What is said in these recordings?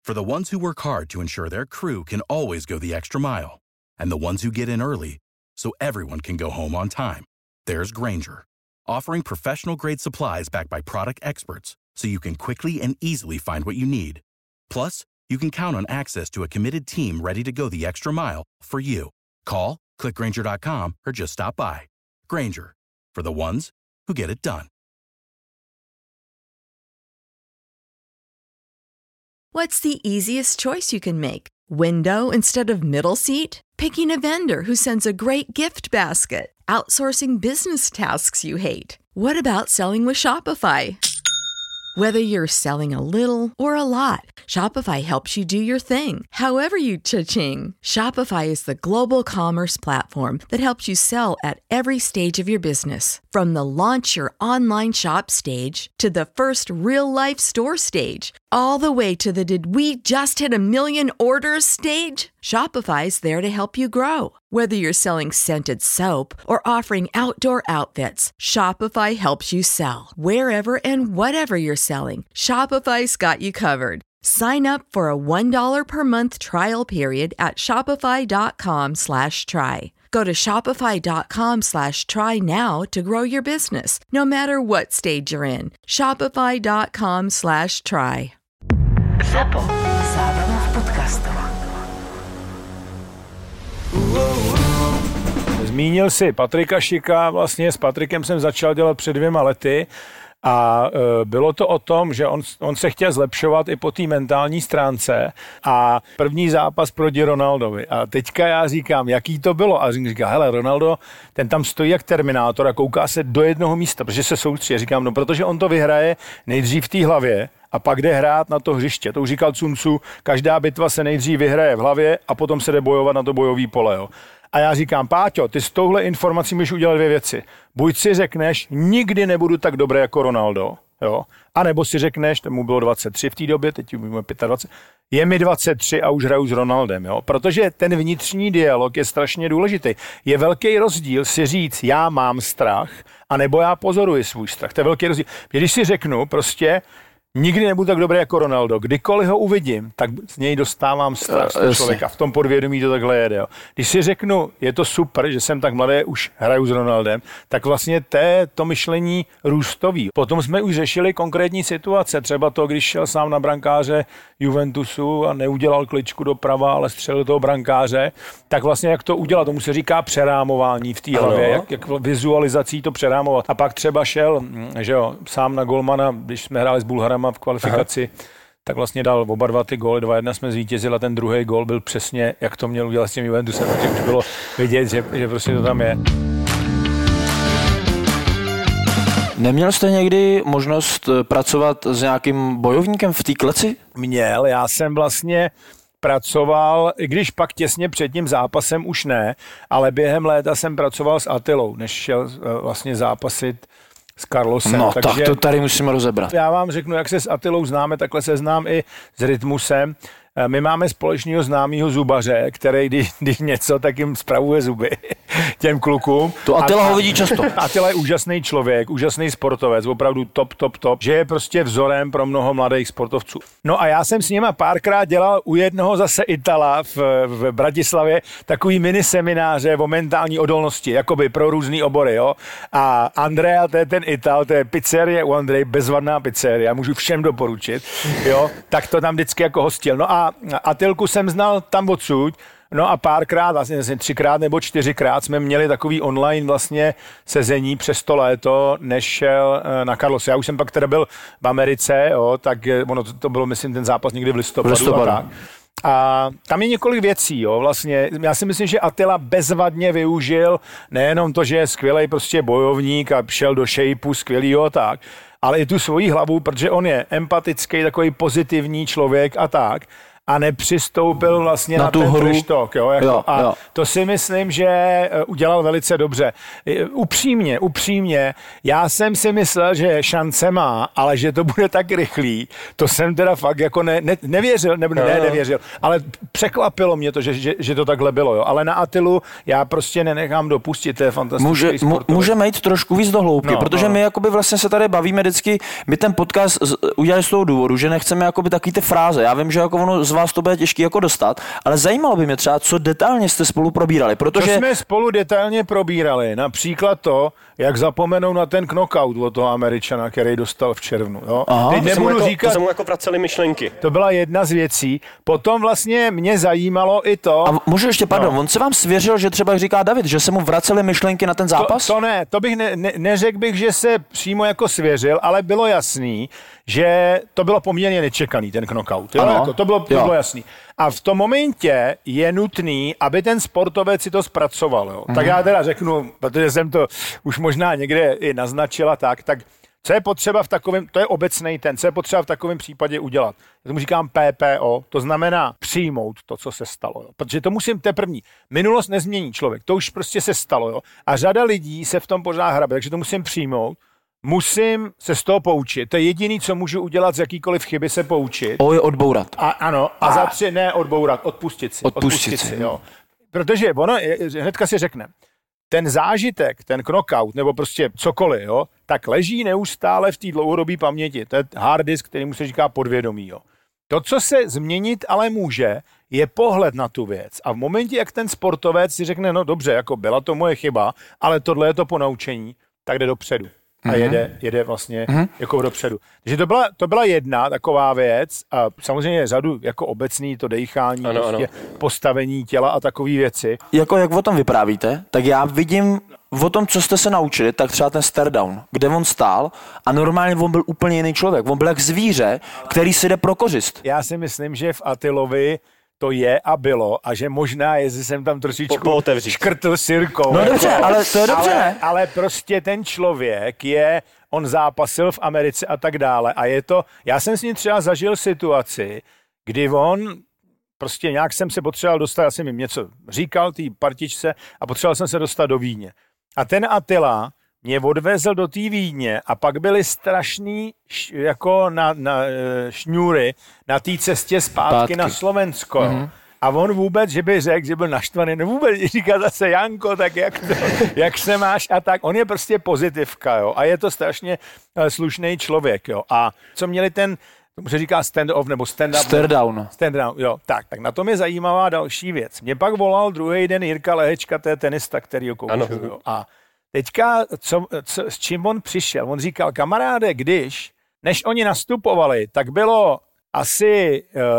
For the ones who work hard to ensure their crew can always go the extra mile, and the ones who get in early so everyone can go home on time, there's Grainger, offering professional-grade supplies backed by product experts so you can quickly and easily find what you need. Plus, you can count on access to a committed team ready to go the extra mile for you. Call, click Grainger.com, or just stop by. Grainger, for the ones who get it done. What's the easiest choice you can make? Window instead of middle seat? Picking a vendor who sends a great gift basket? Outsourcing business tasks you hate? What about selling with Shopify? Whether you're selling a little or a lot, Shopify helps you do your thing, however you cha-ching. Shopify is the global commerce platform that helps you sell at every stage of your business. From the launch your online shop stage to the first real-life store stage, all the way to the did we just hit a million orders stage. Shopify's there to help you grow. Whether you're selling scented soap or offering outdoor outfits, Shopify helps you sell. Wherever and whatever you're selling, Shopify's got you covered. Sign up for a $1 per month trial period at shopify.com/try. Go to shopify.com/try now to grow your business, no matter what stage you're in. Shopify.com/try. Zapo. Zábrná v podcastovách. Zmínil si Patrika Šika, vlastně s Patrikem jsem začal dělat před 2 lety a bylo to o tom, že on se chtěl zlepšovat i po té mentální stránce a první zápas proti Ronaldovi. A teďka já říkám, jaký to bylo? A říká, hele, Ronaldo, ten tam stojí jak Terminátor a kouká se do jednoho místa, protože se soustří. Říkám, no protože on to vyhraje nejdřív v té hlavě a pak jde hrát na to hřiště. To už říkal Sun Tzu, každá bitva se nejdřív vyhraje v hlavě a potom se jde bojovat na to bojový pole. Jo. A já říkám, Páťo, ty s touhle informací můžeš udělat 2 věci. Buď si řekneš, nikdy nebudu tak dobrý jako Ronaldo, jo, a nebo si řekneš, tomu bylo 23 v té době, teď mu 25, je mi 23 a už hraju s Ronaldem, jo, protože ten vnitřní dialog je strašně důležitý. Je velký rozdíl si říct, já mám strach, anebo já pozoruji svůj strach. To je velký rozdíl. Když si řeknu prostě, nikdy nebudu tak dobrý jako Ronaldo. Kdykoliv ho uvidím, tak z něj dostávám strach z člověka. V tom podvědomí to takhle jede. Jo. Když si řeknu, je to super, že jsem tak mladý, už hraju s Ronaldem, tak vlastně to myšlení růstový. Potom jsme už řešili konkrétní situace. Třeba to, když šel sám na brankáře Juventusu a neudělal kličku doprava, ale střelil toho brankáře, tak vlastně jak to udělat? Tomu se říká přerámování v té hlavě, jak vizualizací to přerámovat. A pak třeba šel, že jo, sám na golmana, když jsme hráli s Bulharama v kvalifikaci, tak vlastně dal oba 2 ty góly, 2-1 jsme zvítězili a ten druhý gól byl přesně, jak to měl udělat s tím Juventusem, takže už bylo vidět, že prostě to tam je. Neměl jste někdy možnost pracovat s nějakým bojovníkem v té kleci? Měl, já jsem vlastně pracoval, i když pak těsně před tím zápasem už ne, ale během léta jsem pracoval s Attilou, než šel vlastně zápasit s Carlosem. No, takže tak to tady musíme rozebrat. Já vám řeknu, jak se s Attilou známe, takhle se znám i s Rytmusem. My máme společného známého zubaře, který když něco, tak jim spravuje zuby těm klukům. To Attila ho vidí často. Attila je úžasný člověk, úžasný sportovec, opravdu top, že je prostě vzorem pro mnoho mladých sportovců. No a já jsem s nima párkrát dělal u jednoho zase Itala v Bratislavě takový mini semináře o mentální odolnosti, jakoby pro různý obory, jo. A Andrea, to je ten Ital, to je pizzerie u Andrej, bezvadná pizzeria, můžu všem doporučit, jo. Tak to tam vždycky jako hostil. No a Attilku jsem znal tam odsud, no a párkrát, vlastně 3krát nebo 4krát jsme měli takový online vlastně sezení přes to léto, než šel na Carlos. Já už jsem pak teda byl v Americe, jo, tak ono to bylo, myslím, ten zápas někdy v listopadu. A tak. A tam je několik věcí, jo, vlastně. Já si myslím, že Attila bezvadně využil nejenom to, že je skvělej prostě bojovník a šel do šejpu skvělýho tak, ale i tu svoji hlavu, protože on je empatický, takový pozitivní člověk a tak. a nepřistoupil vlastně na ten trash talk. A to si myslím, že udělal velice dobře. Upřímně, já jsem si myslel, že šance má, ale že to bude tak rychlý, to jsem teda fakt jako nevěřil, nevěřil, ale překvapilo mě to, že to takhle bylo. Jo. Ale na Attilu já prostě nenechám dopustit, to je fantastický sportovec. Můžeme jít trošku víc do hloubky, protože my jakoby vlastně se tady bavíme vždycky, my ten podcast udělali z toho důvodu, že nechceme jakoby takový ty fráze. Já vím, že jako ono z vás to bude těžký jako dostat, ale zajímalo by mě třeba, co detailně jste spolu probírali, protože... To jsme spolu detailně probírali, například to, jak zapomenou na ten knockout od toho Američana, který dostal v červnu. Jo? Teď nebudu říkat, to se mu jako vraceli myšlenky. To byla jedna z věcí. Potom vlastně mě zajímalo i to... A můžu ještě, on se vám svěřil, že třeba, jak říká David, že se mu vraceli myšlenky na ten zápas? To ne, to bych neřekl bych, že se přímo jako svěřil, ale bylo jasný, že to bylo poměrně nečekaný, ten knockout. To bylo jasný. A v tom momentě je nutný, aby ten sportovec si to zpracoval. Jo. Tak já teda řeknu, protože jsem to už možná někde i naznačila tak co je potřeba v takovém, to je obecnej co je potřeba v takovém případě udělat. Já tomu říkám PPO, to znamená přijmout to, co se stalo. Jo. Protože to je první. Minulost nezmění člověk, to už prostě se stalo. Jo. A řada lidí se v tom pořád hrabe, takže to musím přijmout. Musím se z toho poučit. To je jediný, co můžu udělat z jakýkoliv chyby, se poučit. Je odbourat. A za 3 ne odbourat, odpustit si. Jo. Protože hnedka si řekne, ten zážitek, ten knockout, nebo prostě cokoliv, jo, tak leží neustále v té dlouhodobé paměti. To je hard disk, který se říká podvědomí. Jo. To, co se změnit ale může, je pohled na tu věc. A v momentě, jak ten sportovec si řekne, no dobře, jako byla to moje chyba, ale tohle je to ponaučení, tak jde dopředu. A jede vlastně jako dopředu. Takže to byla jedna taková věc a samozřejmě řadu jako obecný to dejchání, prostě postavení těla a takové věci. Jako jak o tom vyprávíte, tak já vidím o tom, co jste se naučili, tak třeba ten stare down, kde on stál a normálně on byl úplně jiný člověk. On byl jak zvíře, který si jde pro kořist. Já si myslím, že v Attilovi to je a bylo a že možná, jestli jsem tam trošičku škrtl sirkou. No dobře, ale to je dobře. Ale prostě ten člověk on zápasil v Americe a tak dále a je to, já jsem s ním třeba zažil situaci, kdy on, prostě nějak jsem se potřeboval dostat, já jsem jim něco říkal té partičce a potřeboval jsem se dostat do Vídně. A ten Attila mě odvezl do té Vídně a pak byly strašný jako na šňůry na té cestě zpátky na Slovensko. Mm-hmm. A on vůbec, že by řekl, že byl naštvaný, no vůbec říká zase Janko, tak jak se máš a tak. On je prostě pozitivka, jo, a je to strašně slušný člověk, jo. A co měli tomu se říká stand-off nebo stand-up. Stand-down, jo. Tak na tom je zajímavá další věc. Mě pak volal druhý den Jirka Lehečka, to je tenista, který ho koučuju. A teďka, s čím on přišel? On říkal, kamaráde, než oni nastupovali, tak bylo asi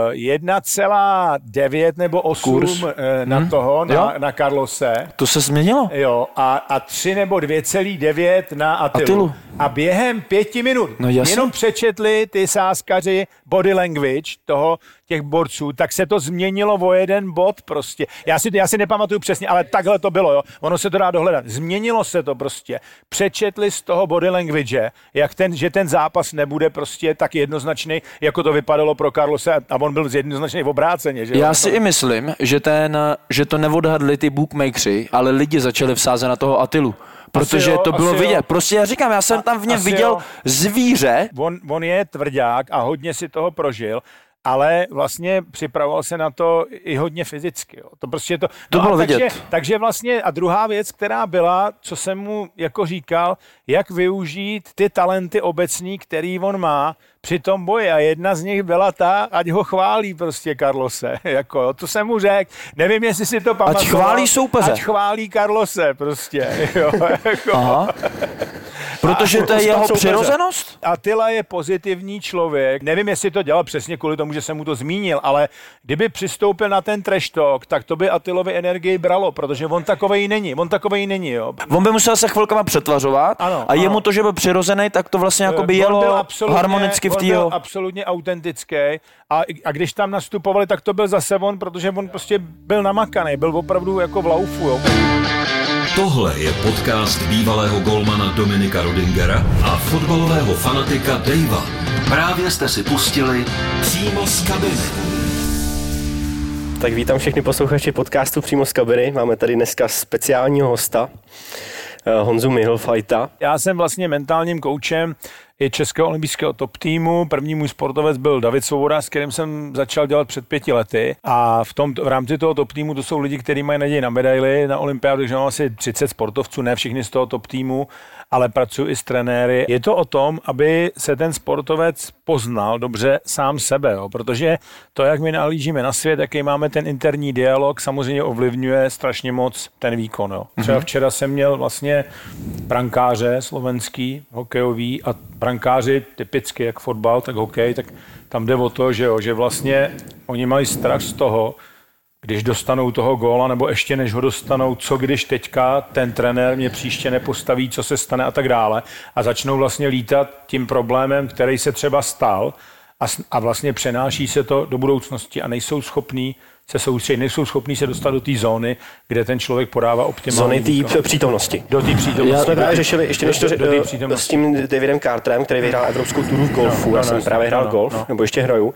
1,9 nebo 8 na toho, na Carlose. To se změnilo? Jo, a 3 nebo 2,9 na Attilu. A během 5 minut jenom přečetli ty sázkaři body language těch borců, tak se to změnilo o 1 bod prostě. Já si nepamatuju přesně, ale takhle to bylo, jo. Ono se to dá dohledat. Změnilo se to prostě. Přečetli z toho body language, že ten zápas nebude prostě tak jednoznačný, jako to vypadalo pro Carlose a on byl jednoznačný v obráceně. Že já si i myslím, že to neodhadli ty bookmakeri, ale lidi začali vsázet na toho Attilu. Protože to bylo vidět. Prostě já říkám, já jsem tam v něm viděl zvíře. On je tvrdák a hodně si toho prožil, ale vlastně připravoval se na to i hodně fyzicky. Jo. To prostě to bylo vidět. Takže vlastně a druhá věc, která byla, co jsem mu jako říkal, jak využít ty talenty obecní, který on má při tom boji. A jedna z nich byla ať ho chválí prostě Carlose. Jako, to jsem mu řekl. Nevím, jestli si to pamatoval. Ať chválí soupeře. Ať chválí Carlose prostě. Jo, jako. Aha. Protože to je jeho přirozenost? Attila je pozitivní člověk. Nevím, jestli to dělal přesně kvůli tomu, že jsem mu to zmínil, ale kdyby přistoupil na ten trash talk, tak to by Attilovi energii bralo, protože on takovej není. Jo. On by musel se chvilkama přetvařovat a jemu to, že byl přirozený, tak to vlastně jako by jelo harmonicky v týho. On byl absolutně autentický a když tam nastupovali, tak to byl zase on, protože on prostě byl namakaný, byl opravdu jako v laufu. Jo. Tohle je podcast bývalého golmana Dominika Rodingera a fotbalového fanatika Davea. Právě jste si pustili přímo z kabiny. Tak vítám všechny posluchače podcastu Přímo z kabiny. Máme tady dneska speciálního hosta, Honzu Mihlfajta. Já jsem vlastně mentálním koučem i Českého olympijského top týmu. První můj sportovec byl David Svoboda, s kterým jsem začal dělat před 5 lety. A v rámci toho top týmu to jsou lidi, kteří mají naději na medaily na olympiádu, takže mám asi 30 sportovců, ne všichni z toho top týmu, ale pracuji i s trenéry. Je to o tom, aby se ten sportovec poznal dobře sám sebe, jo? Protože to, jak my nahlížíme na svět, jaký máme ten interní dialog, samozřejmě ovlivňuje strašně moc ten výkon. Jo? Třeba včera jsem měl vlastně brankáře slovenský, hokejový a brankáři typicky jak fotbal, tak hokej, tak tam jde o to, že vlastně oni mají strach z toho, když dostanou toho góla, nebo ještě než ho dostanou, co když teďka ten trenér mě příště nepostaví, co se stane a tak dále. A začnou vlastně lítat tím problémem, který se třeba stal a vlastně přenáší se to do budoucnosti a nejsou schopní se soustředit, nejsou schopní se dostat do té zóny, kde ten člověk podává optimální zóny té přítomnosti. Do té přítomnosti. Já jsme právě řešili, ještě než to s tím Davidem Carterem, který vyhrál Evropskou turu v golfu, já jsem právě hrál golf, nebo ještě hraju.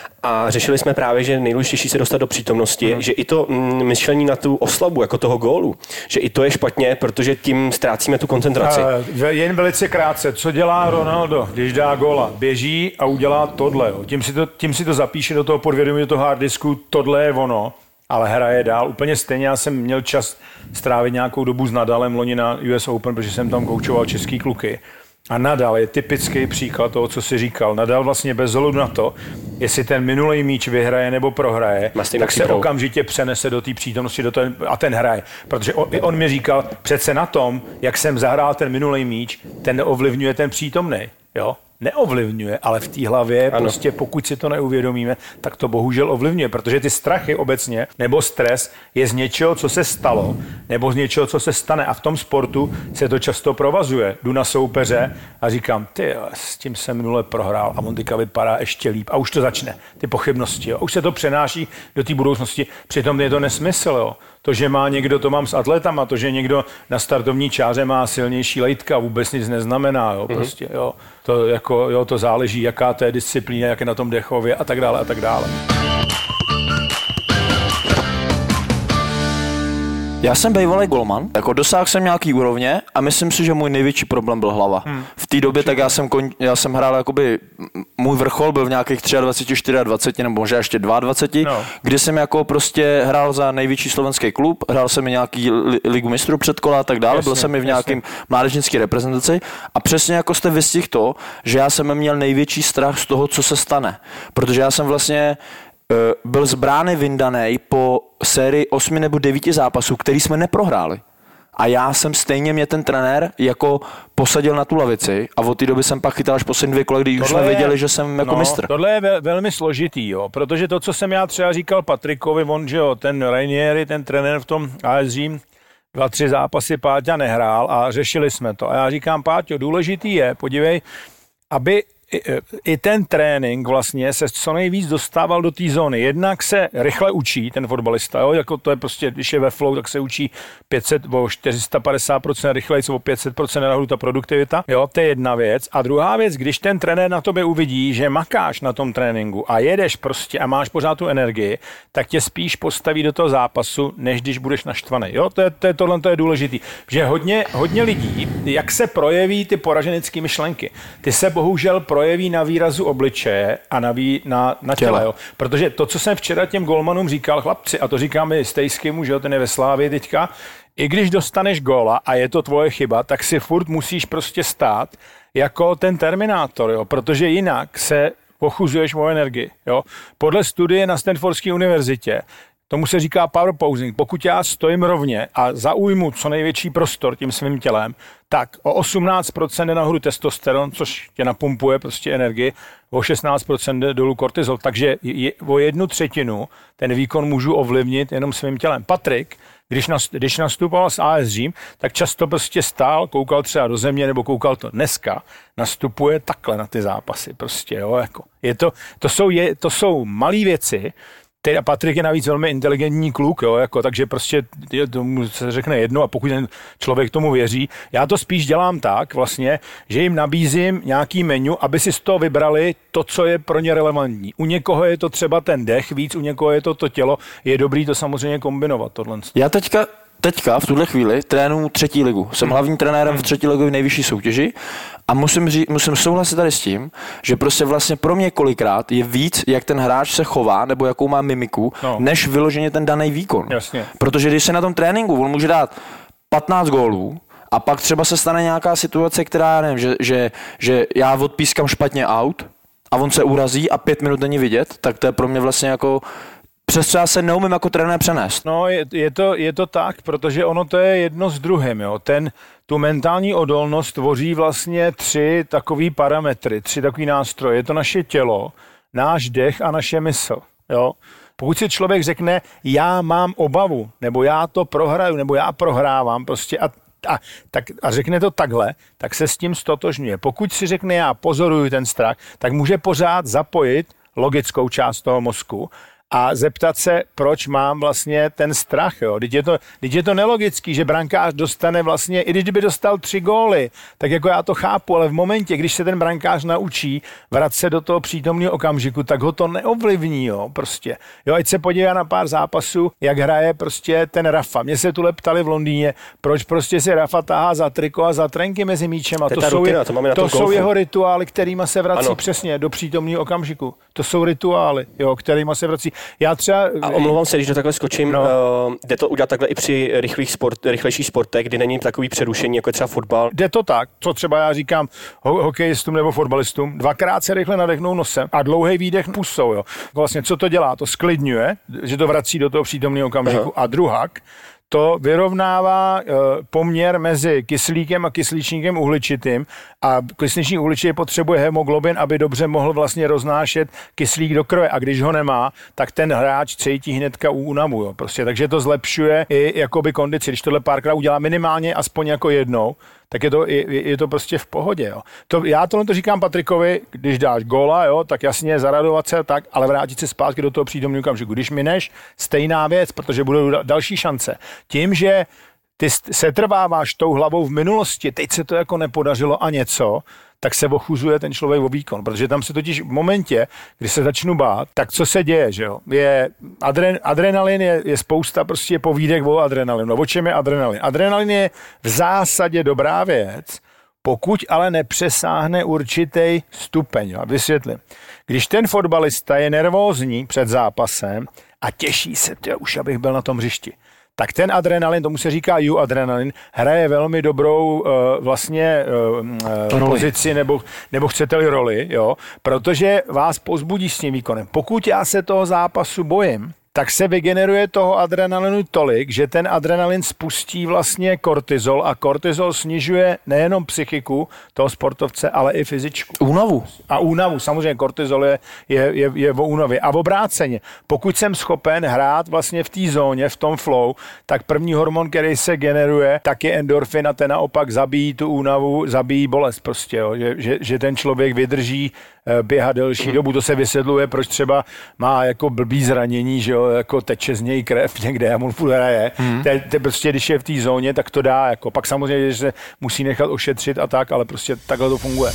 A řešili jsme právě, že nejdůležitější se dostat do přítomnosti, že i to myšlení na tu oslabu, jako toho gólu, že i to je špatně, protože tím ztrácíme tu koncentraci. Jen velice krátce, co dělá Ronaldo, když dá góla? Běží a udělá tohle. Jo. Tím si to zapíše do toho podvědomí, do toho harddisku, tohle je ono, ale hraje dál. Úplně stejně já jsem měl čas strávit nějakou dobu s Nadalem loni na US Open, protože jsem tam koučoval český kluky. A Nadal je typický příklad toho, co jsi říkal. Nadal vlastně bez ohledu na to, jestli ten minulý míč vyhraje nebo prohraje, tak se okamžitě přenese do té přítomnosti a ten hraje. Protože on mi říkal, přece na tom, jak jsem zahrál ten minulý míč, ten neovlivňuje ten přítomný. Jo? Neovlivňuje, ale v té hlavě prostě pokud si to neuvědomíme, tak to bohužel ovlivňuje, protože ty strachy obecně nebo stres je z něčeho, co se stalo, nebo z něčeho, co se stane a v tom sportu se to často provazuje. Jdu na soupeře a říkám, s tím jsem minule prohrál a on teďka vypadá ještě líp a už to začne, ty pochybnosti. Jo. Už se to přenáší do té budoucnosti, přitom je to nesmysl. Jo. To, že má někdo, to mám s atletama, to, že někdo na startovní čáře má silnější lejtka, vůbec nic neznamená. Jo, prostě, jo. To záleží, jaká to je disciplína, jak je na tom dechově a tak dále a tak dále. Já jsem bývalý golman, jako dosáhl jsem nějaký úrovně a myslím si, že můj největší problém byl hlava. V té době tak já jsem hrál jakoby, můj vrchol byl v nějakých 23, 24 nebo možná ještě 22, kdy jsem jako prostě hrál za největší slovenský klub, hrál jsem i nějaký ligu mistrů předkola a tak dále, byl jsem i v nějakým mládežnické reprezentaci a přesně jako jste vystihl to, že já jsem měl největší strach z toho, co se stane, protože já jsem vlastně byl z brány vyndanej po sérii 8 nebo 9 zápasů, který jsme neprohráli. A já jsem stejně mě ten trenér jako posadil na tu lavici a od té doby jsem pak chytal až poslední 2 kola, když už jsme věděli, že jsem jako mistr. Tohle je velmi složitý, jo, protože to, co jsem já třeba říkal Patrikovi, on, že jo, ten Rainieri, ten trenér v tom AS Řím, 2-3 zápasy Páťa nehrál a řešili jsme to. A já říkám, Páťo, důležitý je, podívej, aby i ten trénink vlastně se co nejvíc dostával do té zóny. Jednak se rychle učí ten fotbalista, jo? Jako to je prostě, když je ve flow, tak se učí 450% rychleji, o 500% nahoru ta produktivita. Jo, to je jedna věc. A druhá věc, když ten trenér na tobě uvidí, že makáš na tom tréninku a jedeš prostě a máš pořád tu energii, tak tě spíš postaví do toho zápasu, než když budeš naštvaný. Jo, tohle je důležitý. Že hodně lidí, jak se projeví ty poraženecké myšlenky, ty se bohužel projeví na výrazu obličeje a na těle. Jo. Protože to, co jsem včera těm golmanům říkal, chlapci, a to říkáme i Stejskému, že jo, ten je ve Slávii teďka, i když dostaneš góla a je to tvoje chyba, tak si furt musíš prostě stát jako ten Terminátor, jo, protože jinak se pochuzuješ o energii. Jo. Podle studie na Stanfordské univerzitě tomu se říká power posing. Pokud já stojím rovně a zaujmu co největší prostor tím svým tělem, tak o 18% jde nahoru testosteron, což tě napumpuje prostě energii, o 16% jde dolů kortizol, takže o 1/3 ten výkon můžu ovlivnit jenom svým tělem. Patrik, když nastupoval s AS Řím, tak často prostě stál, koukal třeba do země nebo koukal to. Dneska nastupuje takhle na ty zápasy prostě, jo, jako. To jsou malé věci, A Patrik je navíc velmi inteligentní kluk, jo, jako, takže prostě tomu se řekne jedno a pokud ten člověk tomu věří, já to spíš dělám tak vlastně, že jim nabízím nějaký menu, aby si z toho vybrali to, co je pro ně relevantní. U někoho je to třeba ten dech víc, u někoho je to tělo, je dobrý to samozřejmě kombinovat tohle. Já teďka v tuhle chvíli trénuju 3. ligu. Jsem hlavním trenérem v 3. ligu v nejvyšší soutěži a musím souhlasit tady s tím, že prostě vlastně pro mě kolikrát je víc, jak ten hráč se chová nebo jakou má mimiku, než vyloženě ten daný výkon. Jasně. Protože když se na tom tréninku, on může dát 15 gólů a pak třeba se stane nějaká situace, která, nevím, že já odpískám špatně out a on se urazí a 5 minut není vidět, tak to je pro mě vlastně jako přes třeba se neumím jako trenér přenést. No, je to tak, protože ono to je jedno s druhým, jo. Tu mentální odolnost tvoří vlastně 3 takový parametry, 3 takový nástroje. Je to naše tělo, náš dech a naše mysl, jo. Pokud si člověk řekne, já mám obavu, nebo já to prohraju, nebo já prohrávám prostě a řekne to takhle, tak se s tím stotožňuje. Pokud si řekne, já pozoruju ten strach, tak může pořád zapojit logickou část toho mozku a zeptat se, proč mám vlastně ten strach. Jo? Teď je to nelogický, že brankář dostane vlastně, i když by dostal 3 góly, tak jako já to chápu, ale v momentě, když se ten brankář naučí vracet se do toho přítomného okamžiku, tak ho to neovlivní, jo, prostě. Jo, ať se podívá na pár zápasů, jak hraje prostě ten Rafa. Mě se tuhle ptali v Londýně, proč prostě si Rafa tahá za triko a za trenky mezi míčem. A to jsou jeho rituály, kterýma se vrací přesně do přítomného okamžiku. To jsou rituály, jo, kterýma se vrací. Já třeba... A omlouvám se, když to takhle skočím, jde to udělat takhle i při rychlejších sportech, kdy není takový přerušení, jako je třeba fotbal? Jde to tak, co třeba já říkám hokejistům nebo fotbalistům, 2krát se rychle nadechnou nosem a dlouhý výdech pusou. Jo. Vlastně co to dělá? To sklidňuje, že to vrací do toho přítomného okamžiku. A druhak, to vyrovnává poměr mezi kyslíkem a kyslíčníkem uhličitým a kyslíčník uhličitý potřebuje hemoglobin, aby dobře mohl vlastně roznášet kyslík do krve a když ho nemá, tak ten hráč cítí hnedka únavu. Jo, prostě. Takže to zlepšuje i jakoby kondici. Když tohle párkrát udělá minimálně aspoň jako jednou, tak je to prostě v pohodě. Jo. Já tohle to říkám Patrikovi, když dáš góla, jo, tak jasně zaradovat se tak, ale vrátit se zpátky do toho přítomného okamžiku. Když mineš, stejná věc, protože budou další šance. Tím, že ty setrváváš tou hlavou v minulosti, teď se to jako nepodařilo a něco, tak se ochuzuje ten člověk o výkon, protože tam se totiž v momentě, kdy se začnu bát, tak co se děje, že jo? Adrenalin je spousta prostě povídek o adrenalinu. No, o čem je adrenalin? Adrenalin je v zásadě dobrá věc, pokud ale nepřesáhne určitý stupeň. Jo? Vysvětlím. Když ten fotbalista je nervózní před zápasem a těší se, už abych byl na tom hřišti, tak ten adrenalin, tomu se říká adrenalin, hraje velmi dobrou pozici nebo chcete-li roli, jo, protože vás pozbudí s tím výkonem. Pokud já se toho zápasu bojím, tak se vygeneruje toho adrenalinu tolik, že ten adrenalin spustí vlastně kortizol a kortizol snižuje nejenom psychiku toho sportovce, ale i fyzičku. Únavu, samozřejmě kortizol je o únavě. A v obráceně, pokud jsem schopen hrát vlastně v té zóně, v tom flow, tak první hormon, který se generuje, tak je endorfin a ten naopak zabíjí tu únavu, zabíjí bolest prostě, jo. Že ten člověk vydrží běhat delší dobu. To se vysvětluje, proč třeba má jako blbý zranění, že jo, jako teče z něj krev někde a on furt hraje. Prostě když je v té zóně, tak to dá. Jako. Pak samozřejmě, že se musí nechat ošetřit a tak, ale prostě takhle to funguje.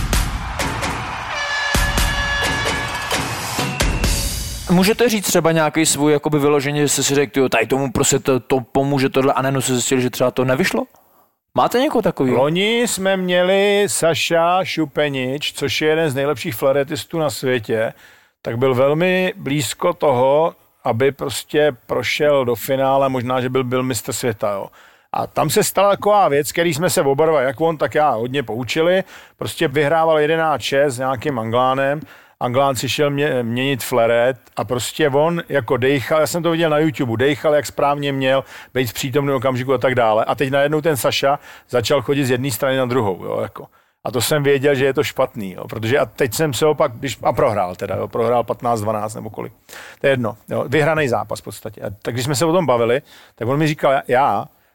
Můžete říct třeba nějaký svůj jakoby vyloženě, že jste si řekl, tady tomu prostě to pomůže tohle a najednou se zjistili, že třeba to nevyšlo? Máte někoho takového? Loni jsme měli Saša Šupenič, což je jeden z nejlepších flaretistů na světě, tak byl velmi blízko toho, aby prostě prošel do finále, možná, že byl mistr světa. Jo. A tam se stala taková věc, který jsme se oba dva, jak on, tak já, hodně poučili. Prostě vyhrával 11-6 s nějakým Anglánem. Anglán si šel měnit flaret a prostě on jako dejchal, já jsem to viděl na YouTube, dejchal, jak správně měl, být v přítomném okamžiku a tak dále. A teď najednou ten Saša začal chodit z jedné strany na druhou, jo, jako. A to jsem věděl, že je to špatný, jo, protože a teď jsem se opak, prohrál teda, jo, prohrál 15-12 nebo kolik. To je jedno, jo, vyhraný zápas v podstatě. A tak když jsme se o tom bavili, tak on mi říkal, já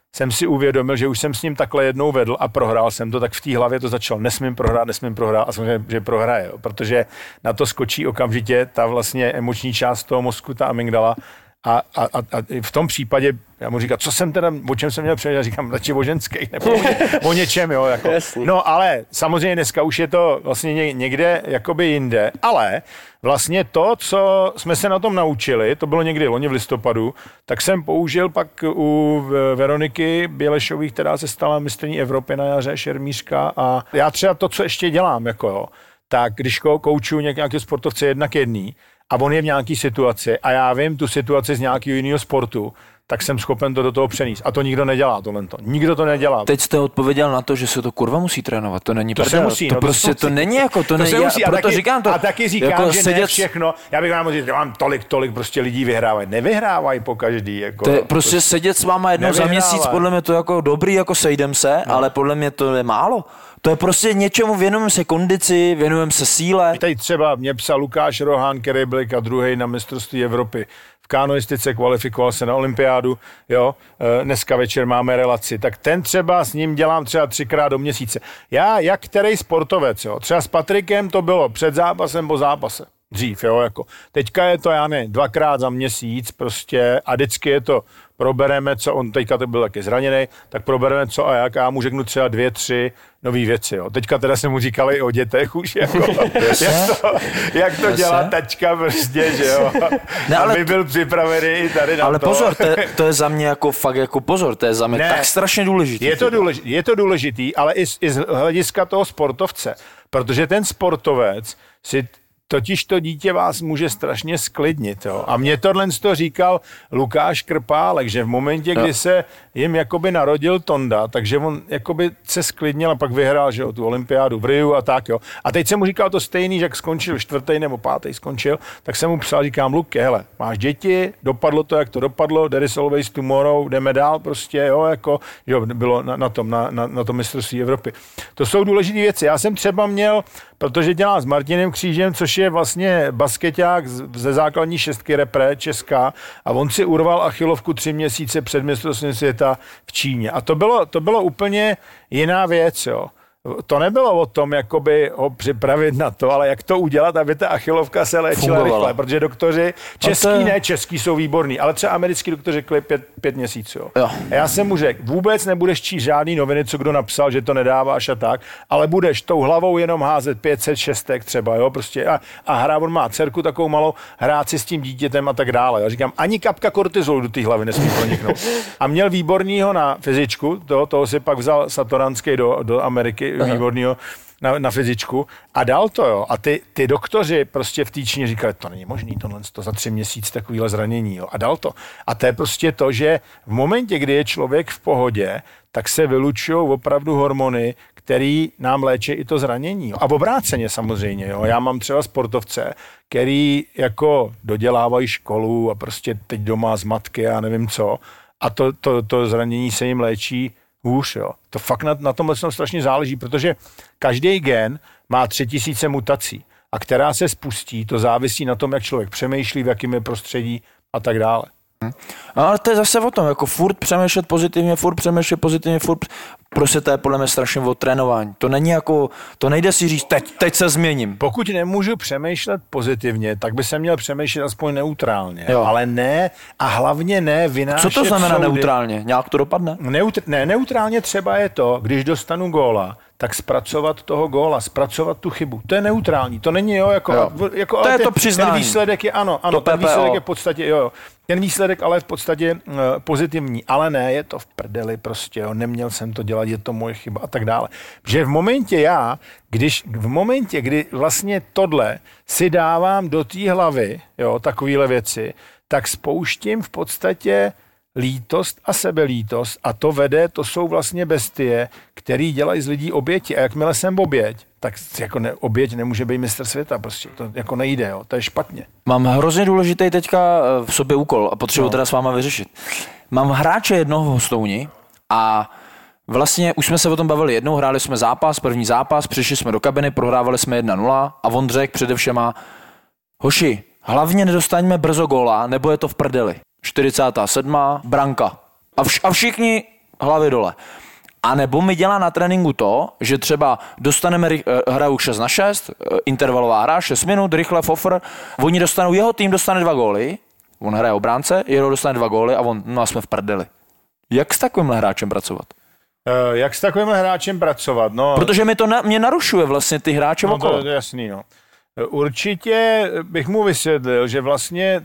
jsem si uvědomil, že už jsem s ním takhle jednou vedl a prohrál jsem to, tak v té hlavě to začalo, nesmím prohrát a samozřejmě, že prohraje, jo, protože na to skočí okamžitě ta vlastně emoční část toho mozku, ta amygdala a v tom případě já mu říkám, co jsem teda, o čem jsem měl přijít, říkám, radši o ženských, nebo o něčem, jo, jako. No ale samozřejmě dneska už je to vlastně někde jakoby jinde, ale vlastně to, co jsme se na tom naučili, to bylo někdy loni v listopadu, tak jsem použil pak u Veroniky Bělešové, která se stala mistryní Evropy na jaře, šermířka, a já třeba to, co ještě dělám, jako jo, tak když koučuju nějaký sportovce 1:1 a on je v nějaký situaci a já vím tu situaci z nějakého jiného sportu, tak jsem schopen to do toho přenést. A to nikdo nedělá, tohle. Nikdo to nedělá. Teď jste odpověděl na to, že se to kurva musí trénovat. To není to se musí, to prostě to není jako to není. Proto říkám to. A taky říkám, jako že ne všechno. Já bych vám říct, že mám tolik prostě lidí vyhrávají. Nevyhrávají po každý. Jako, to je prostě sedět s váma jednou za měsíc, podle mě to jako dobrý, jako sejdem se, ale podle mě to je málo. To je prostě něčemu, věnujeme se kondici, věnujeme se síle. Tady třeba mě psal Lukáš Rohán, který byl druhý na mistrovství Evropy. V kanoistice kvalifikoval se na olympiádu, jo, dneska večer máme relaci, tak ten třeba s ním dělám třeba 3krát do měsíce. Já, jak který sportovec, jo, třeba s Patrikem to bylo před zápasem, po zápase. Dřív, jo, jako. Teďka je to, já nevím, 2krát za měsíc prostě a vždycky je to, probereme, co on teďka to byl taky zraněný, tak probereme co a jak a já mu řeknu třeba 2-3 nový věci, jo. Teďka teda jsem mu říkal i o dětech už, jako, jak to dělá tačka prostě, že jo. Ne, ale aby byl připravený i tady na ale to. Ale pozor, to je za mě jako fakt jako pozor, to je za mě tak strašně důležitý. Je to důležitý, ale i z hlediska toho sportovce, protože ten sportovec si totiž to dítě vás může strašně sklidnit. Jo. A mě tohle říkal Lukáš Krpálek, že v momentě, kdy se jim jakoby narodil Tonda, takže on jakoby se sklidnil a pak vyhrál, že jo, tu olympiádu v Riu a tak, jo. A teď jsem mu říkal to stejný, že jak skončil 4. nebo 5. skončil, tak jsem mu psal, říkám, Luke, hele, máš děti, dopadlo to, jak to dopadlo, there is always tomorrow, jdeme dál prostě, jo, jako, jo, bylo na tom mistrovství Evropy. To jsou důležité věci. Já jsem třeba měl, protože dělám s Martinem Křížem, což je vlastně baskeťák ze základní 6 repre česká a on si urval achilovku 3 měsíce před mistrovstvím světa v Číně. A to bylo úplně jiná věc, jo. To nebylo o tom, jakoby ho připravit na to, ale jak to udělat, aby ta achilovka se léčila rychle, protože doktoři, český jsou výborní, ale třeba americký doktor řekli 5 měsíců. Jo. A já jsem mu řekl, vůbec nebudeš číst žádný noviny, co kdo napsal, že to nedáváš a tak, ale budeš tou hlavou jenom házet 500 šestek třeba, jo, prostě a hrá, on má dcerku takovou malou, hrát si s tím dítětem a tak dále. Já říkám, ani kapka kortizolu do té hlavy nesmí proniknout. A měl výbornýho na fyzičku, toho si pak vzal Satoranský do Ameriky, výbornýho na fyzičku a dal to, jo. A ty doktoři prostě v té Číně říkali, to není možný, to za 3 měsíce takovýhle zranění, jo. A dal to. A to je prostě to, že v momentě, kdy je člověk v pohodě, tak se vylučují opravdu hormony, který nám léčí i to zranění. Jo. A obráceně samozřejmě, jo. Já mám třeba sportovce, který jako dodělávají školu a prostě teď doma z matky a nevím co. A to zranění se jim léčí hůř, jo. To fakt na tomhle strašně záleží, protože každý gen má 3000 mutací a která se spustí, to závisí na tom, jak člověk přemýšlí, v jakém je prostředí a tak dále. Ale to je zase o tom, jako furt přemýšlet pozitivně, prostě to je podle mě strašně o trénování. To není jako, to nejde si říct, teď se změním. Pokud nemůžu přemýšlet pozitivně, tak by se měl přemýšlet aspoň neutrálně, jo. Ale ne a hlavně ne vynášet. Co to znamená neutrálně? Nějak to dopadne? Neutrálně třeba je to, když dostanu góla, tak zpracovat toho góla, zpracovat tu chybu. To je neutrální, to není jako to je to přiznání. Ten výsledek je ano, ten výsledek je v podstatě ten výsledek ale je v podstatě pozitivní, ale ne, je to v prdeli prostě, jo, neměl jsem to dělat, je to moje chyba a tak dále. Že v momentě, kdy vlastně tohle si dávám do té hlavy, jo, takovýhle věci, tak spouštím v podstatě lítost a sebelítost a to jsou vlastně bestie, který dělají z lidí oběti a jakmile jsem oběť, tak jako oběť nemůže být mistr světa, prostě to jako nejde, jo, to je špatně. Mám hrozně důležitý teďka v sobě úkol a potřebuji teda s váma vyřešit. Mám hráče jednoho v Hostouni a vlastně už jsme se o tom bavili jednou, hráli jsme první zápas, přišli jsme do kabiny, prohrávali jsme 1-0 a on řekl především hoši, hlavně nedostaňme brzo góla, nebo je to v prdeli. 47. branka. A všichni hlavy dole. A nebo mi dělá na tréninku to, že třeba dostaneme, hraju 6-6, intervalová hra, 6 minut, rychle fofr, jeho tým dostane 2 góly, on hraje obránce, jeho dostane 2 góly a no a jsme v prdeli. Jak s takovýmhle hráčem pracovat? Jak s takovýmhle hráčem pracovat? No, protože mě narušuje vlastně ty hráče okolo. To je jasný, no. Určitě bych mu vysvětlil, že vlastně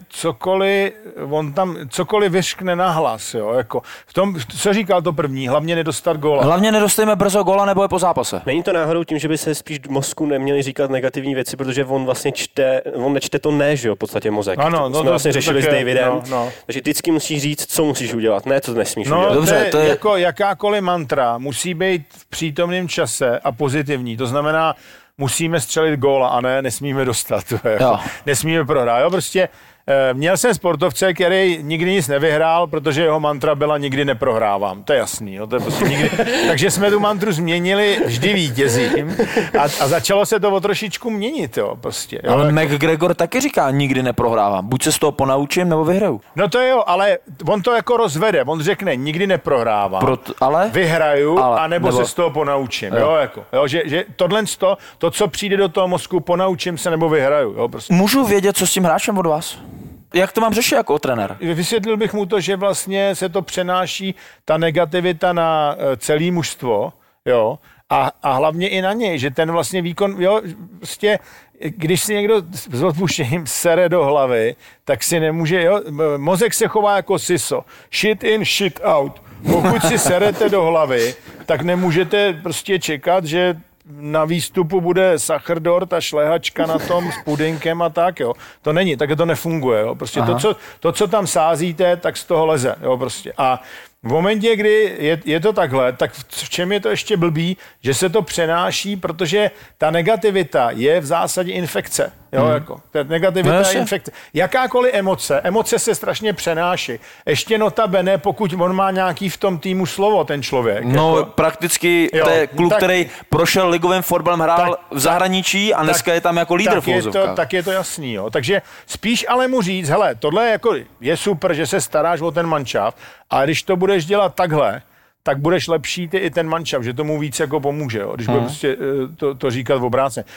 cokoliv vyřkne nahlas, jo, jako v tom, co říkal to první, hlavně nedostat góla. Hlavně nedostajeme brzo góla nebo je po zápase. Není to náhodou tím, že by se spíš v mozku neměli říkat negativní věci, protože on vlastně nečte to ne, že jo, v podstatě mozek. Ano, to jsme vlastně řešili s Davidem. Takže vždycky musíš říct, co musíš udělat, ne co nesmíš udělat. Dobře, to je jako jakákoliv mantra musí být v přítomném čase a pozitivní. To znamená, musíme střelit góla a ne, nesmíme dostat. Nesmíme prohrát. Jo, prostě měl jsem sportovce, který nikdy nic nevyhrál, protože jeho mantra byla nikdy neprohrávám. To je jasný. Jo, to je prostě nikdy. Takže jsme tu mantru změnili, vždy vítězím a začalo se to o trošičku měnit. Jo, prostě, jo, ale McGregor taky říká, nikdy neprohrávám. Buď se z toho ponaučím, nebo vyhraju. No to jo, ale on to jako rozvede. On řekne, nikdy neprohrávám. Vyhraju, anebo se z toho ponaučím. Jo, že to, co přijde do toho mozku, ponaučím se nebo vyhraju. Jo, prostě. Můžu vědět, co s tím hráčem od vás? Jak to mám řešit jako trenér? Vysvětlil bych mu to, že vlastně se to přenáší, ta negativita na celé mužstvo, jo, a hlavně i na něj, že ten vlastně výkon, jo, prostě, když si někdo s odpuštěním sere do hlavy, tak si nemůže, jo, mozek se chová jako siso. Shit in, shit out. Pokud si serete do hlavy, tak nemůžete prostě čekat, že na výstupu bude sachrdort a šlehačka na tom s pudinkem a tak, jo. To není, tak to nefunguje, jo. Prostě to, co tam sázíte, tak z toho leze, jo, prostě. A v momentě, kdy je to takhle, tak v čem je to ještě blbý, že se to přenáší, protože ta negativita je v zásadě infekce. Jo, jako, ta negativita je infekce. Jakákoliv emoce se strašně přenáší. Ještě notabene, pokud on má nějaký v tom týmu slovo, ten člověk. No jako, prakticky to je kluk, který prošel ligovým fotbalem, hrál v zahraničí a dneska je tam jako lídr v uvozovkách. Tak je to jasný, jo. Takže spíš ale mu říct, hele, tohle je super, že se staráš o ten manšaft, ale když to budeš dělat takhle, tak budeš lepší ty i ten manšaft, že tomu víc jako pomůže, jo, když bude prostě to říkat v obráceně.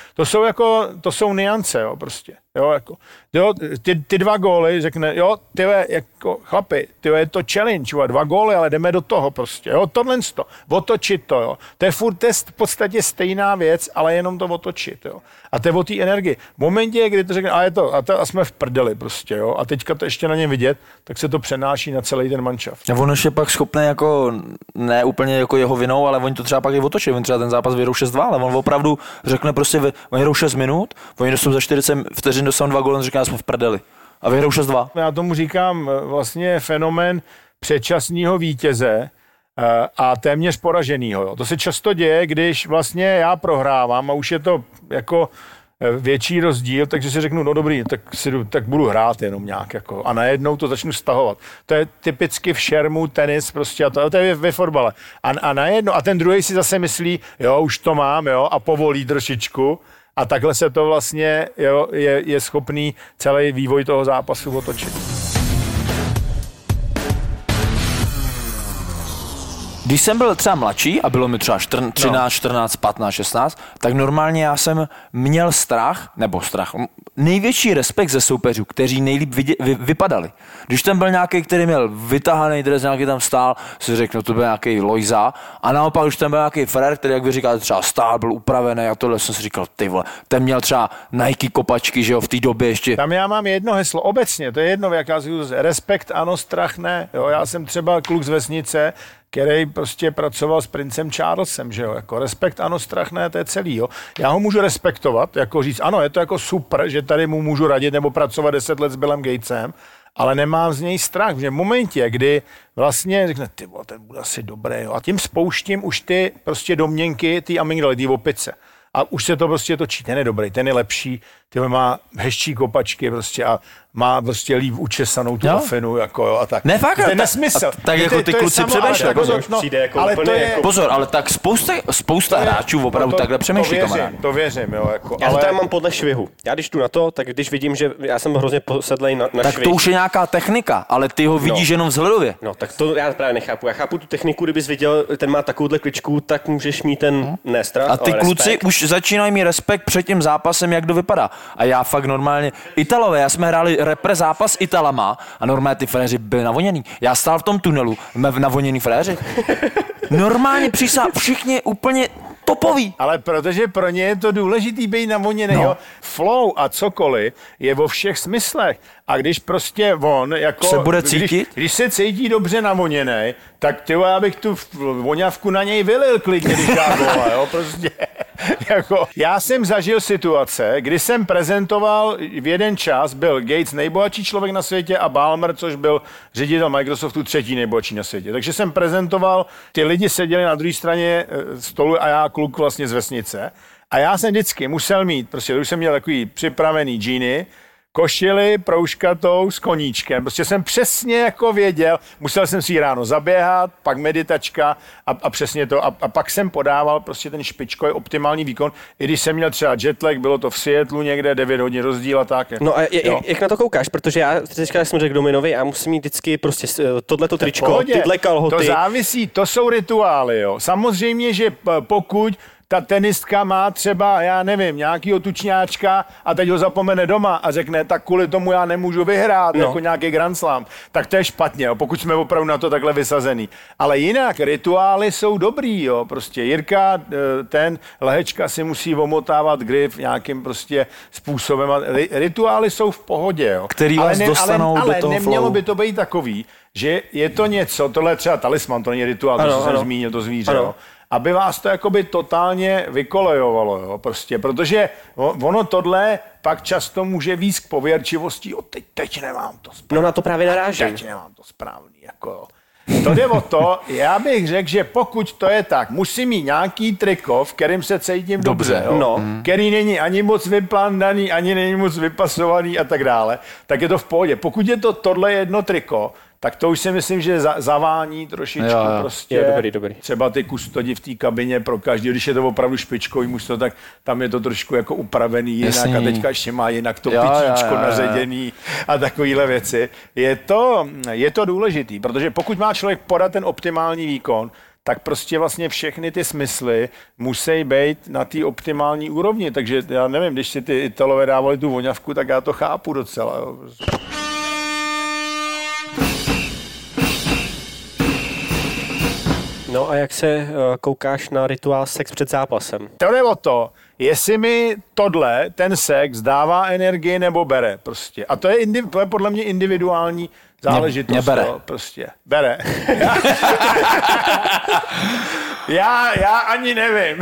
To jsou nuance, jo, prostě. Jo, jako, jo, ty 2 góly řekne, jo, tyhle, jako chlapi, tyhle, je to challenge, jo, 2 góly, ale jdeme do toho prostě, jo, otočit to, jo. To je furt v podstatě stejná věc, ale jenom to otočit, jo. A to je o té energii. V momentě, kdy to řekne, a jsme v prdeli prostě, jo, a teďka to ještě na něm vidět, tak se to přenáší na celý ten manšaft. A on je pak schopný jako, ne úplně jako jeho vinou, ale oni to třeba pak i otočí, oni třeba ten zápas vyhrou 6-2, ale on opravdu řekne prostě, oni hrou 6 minut, oni dostanou za 40 vteřin dostanou 2 góly, on říká, jsme v prdeli. A vyhrou 6-2. Já tomu říkám vlastně fenomén předčasného vítěze a téměř poraženýho. Jo. To se často děje, když vlastně já prohrávám a už je to jako větší rozdíl, takže si řeknu, no dobrý, tak budu hrát jenom nějak jako a najednou to začnu stahovat. To je typicky v šermu, tenis prostě a to je ve fotbale. A najednou, a ten druhý si zase myslí, jo, už to mám, jo, a povolí trošičku. A takhle se to vlastně je schopný celý vývoj toho zápasu otočit. Když jsem byl třeba mladší a bylo mi třeba 13, 14, 15, 16, tak normálně já jsem měl strach, největší respekt ze soupeřů, kteří nejlíp vypadali. Když tam byl nějaký, který měl vytahaný dres, nějaký tam stál, si řekl, no to byl nějaký Lojza, a naopak, když tam byl nějaký frér, který, jak vy říkáte, třeba stál, byl upravený a tohle jsem si říkal, ty vole, ten měl třeba Nike kopačky, že jo, v té době ještě. Tam já mám jedno heslo, obecně, to je jedno, jaká respekt ano, strach ne, jo, já jsem třeba kluk z vesnice, který prostě pracoval s princem Charlesem, že jo, jako respekt, ano, strach, ne, to je celý, jo. Já ho můžu respektovat, jako říct, ano, je to jako super, že tady mu můžu radit nebo pracovat 10 let s Billem Gatesem, ale nemám z něj strach, že v momentě, kdy vlastně řekne, ty vole, ten bude asi dobrý, jo, a tím spouštím už ty prostě domněnky, ty amygdaly, ty opice. A už se to prostě točí, ten je dobrý, ten je lepší, ten má hezčí kopačky prostě má prostě líp učesanou tu afinu, jako jo, a tak. Ne, fakt, to je nesmysl. Tak jako ty kluci přemýšlej. Ale to je... Pozor, ale tak spousta hráčů opravdu takhle přemýšlí, kamarád. To věřím, jo. Jako, já to mám podle švihu. Já když jdu na to, tak když vidím, že já jsem hrozně posedlej na tak švih. To už je nějaká technika, ale ty ho vidíš jenom vzhledově. No, tak to já právě nechápu. Já chápu tu techniku, kdybys viděl, ten má takovouhle kličku, tak můžeš mít ten nestrach. A ty kluci už začínají mít respekt před tím zápasem, jak to vypadá. A já fakt normálně, Italové, já jsme hráli repre zápas s Italama a normálně ty fréři byli navoněný. Já stál v tom tunelu, navoněný fréři. Normálně všichni úplně topový. Ale protože pro ně je to důležitý být navoněný. No. Flow a cokoliv je vo všech smyslech. A když prostě on jako... Se bude cítit? Když se cítí dobře navoněný, tak tyjo, já bych tu voňavku na něj vylil klidně, když já gola, jo, prostě. Jako, já jsem zažil situace, kdy jsem prezentoval v jeden čas, byl Gates nejbohatší člověk na světě a Ballmer, což byl ředitel Microsoftu, 3. nejbohatší na světě. Takže jsem prezentoval, ty lidi seděli na druhé straně stolu a já kluk vlastně z vesnice. A já jsem vždycky musel mít, prostě už jsem měl takový připravený džíny, košili proužkatou s koníčkem. Prostě jsem přesně jako věděl, musel jsem si ráno zaběhat, pak meditačka a přesně to. A pak jsem podával prostě ten špičkový optimální výkon, i když jsem měl třeba jetlag, bylo to v Seattlu někde, 9 hodin rozdíl a tak. No a jak na to koukáš? Protože já teďka jsem řekl Dominovi, já musím mít vždycky prostě tohleto tričko, tyhle kalhoty. To závisí, to jsou rituály, jo. Samozřejmě, že pokud ta tenistka má třeba, já nevím, nějakýho tučňáčka a teď ho zapomene doma a řekne, tak kvůli tomu já nemůžu vyhrát, jako nějaký Grand Slam, tak to je špatně, jo, pokud jsme opravdu na to takhle vysazený. Ale jinak rituály jsou dobrý, jo, prostě Jirka, ten lehečka si musí omotávat grif nějakým prostě způsobem. Rituály jsou v pohodě, jo. Který vás dostanou do toho flow. Ale nemělo by to být takový, že je to něco, tohle je třeba talisman, to není rituál, to jsem zmínil, to zvíře, jo. Aby vás to jakoby totálně vykolejovalo, jo, prostě, protože ono tohle pak často může víc k pověrčivosti, teď nemám to správný. No na to právě narážím. Teď nemám to správný, jako jo. To jde o to, já bych řekl, že pokud to je tak, musí mít nějaký triko, v kterým se cítím dobře, jo, který není ani moc vyplandaný, ani není moc vypasovaný a tak dále, tak je to v pohodě. Pokud je to tohle jedno triko, tak to už si myslím, že zavání trošičku prostě. Je dobrý. Třeba ty kustodi v té kabině pro každý, když je to opravdu špičkový mužstvo, tak tam je to trošku jako upravený jinak. Jasný. A teďka ještě má jinak to pitíčko naředěný a takovéhle věci. Je to důležitý, protože pokud má člověk podat ten optimální výkon, tak prostě vlastně všechny ty smysly musí být na té optimální úrovni. Takže já nevím, když si ty Italové dávali tu voňavku, tak já to chápu docela. Jo. No a jak se koukáš na rituál sex před zápasem? To jde o to, jestli mi ten sex dává energii nebo bere prostě. A to je podle mě individuální záležitost. Mě bere. Prostě. Bere. já ani nevím.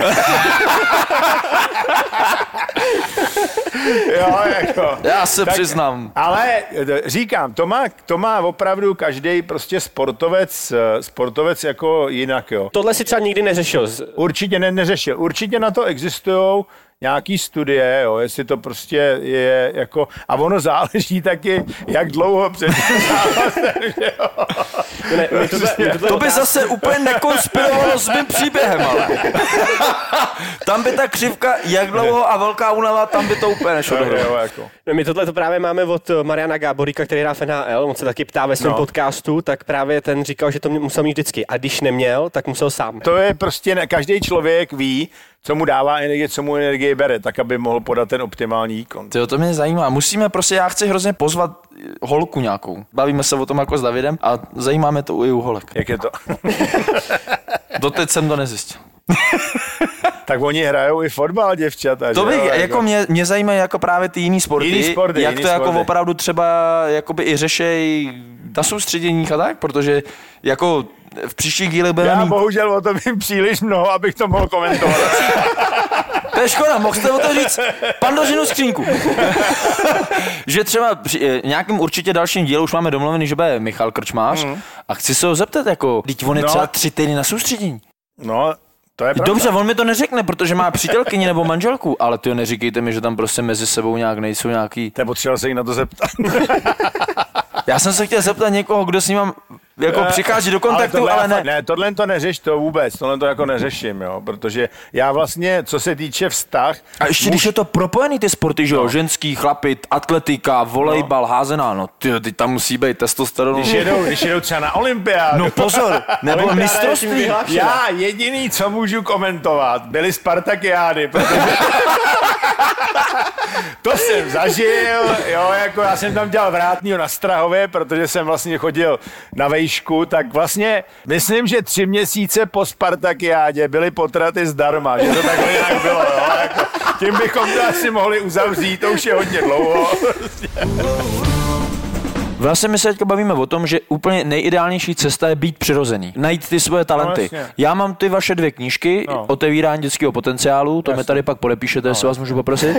Jo, jako. Já se přiznám. Ale říkám, to má opravdu každý prostě sportovec jako jinak, jo. Tohle si třeba nikdy neřešil. Určitě neřešil. Určitě na to existují nějaký studie, jo, jestli to prostě je jako, a ono záleží taky, jak dlouho před zápasem, že jo. To by zase úplně nekonspirovalo s mým příběhem, ale. Tam by ta křivka, jak dlouho a velká únava, tam by to úplně nešlo dohromady. Jako. No, my tohle to právě máme od Mariana Gáboríka, který hrá v NHL, on se taky ptá ve svém podcastu, tak právě ten říkal, že to musel mít vždycky. A když neměl, tak musel sám. To je prostě, každý člověk ví, co mu dává energie, co mu energie bere, tak aby mohl podat ten optimální výkon. To mě zajímá. Musíme prostě, já chci hrozně pozvat holku nějakou. Bavíme se o tom jako s Davidem a zajímáme to i u holek. Jak je to? Doteď jsem to nezjistil. Tak oni hrajou i fotbal, děvčata. To bych, jako mě zajímají jako právě ty jiný sporty, jak to jako opravdu třeba jakoby i řešej na soustředěních a tak, protože jako v příštích dílech budeme Já bohužel o tom vím příliš mnoho, abych to mohl komentovat. To je škoda, mohl jste o to říct Pandořinu skřínku. Že třeba při nějakým určitě dalším dílu už máme domluvený, že bude Michal Krčmář a chci se ho zeptat, jako, teď on je třeba 3 týdny na soustředění. No, To je pravda. Dobře, on mi to neřekne, protože má přítelkyni nebo manželku, ale ty neříkejte mi, že tam prostě mezi sebou nějak nejsou nějaký... To je potřeba se jí na to zeptat. Já jsem se chtěl zeptat někoho, kdo s ním jako přichází do kontaktu, ale ne. Ne, tohle to neřeš to vůbec, tohle to jako neřeším, jo, protože já vlastně, co se týče vztah... A ještě když je to propojený ty sporty, že jo, ženský, chlapi, atletika, volejbal, házená, no ty tam musí být testosteron. Když jedou třeba na olympiádu. No pozor, nebo mistrovství. Já jediný, co můžu komentovat, byly Spartakiády, protože... To jsem zažil, jo, jako já jsem tam dělal vrátnýho na Strahově, protože jsem vlastně chodil na vejšku, tak vlastně myslím, že 3 měsíce po Spartakiádě byly potraty zdarma, že to takhle jinak bylo, jo, jako, tím bychom to asi mohli uzavřít, to už je hodně dlouho. Vlastně my se teďka bavíme o tom, že úplně nejideálnější cesta je být přirozený. Najít ty svoje talenty. No, já mám ty vaše 2 knížky, Otevírání dětského potenciálu, to mi tady pak podepíšete, jestli vás můžu poprosit.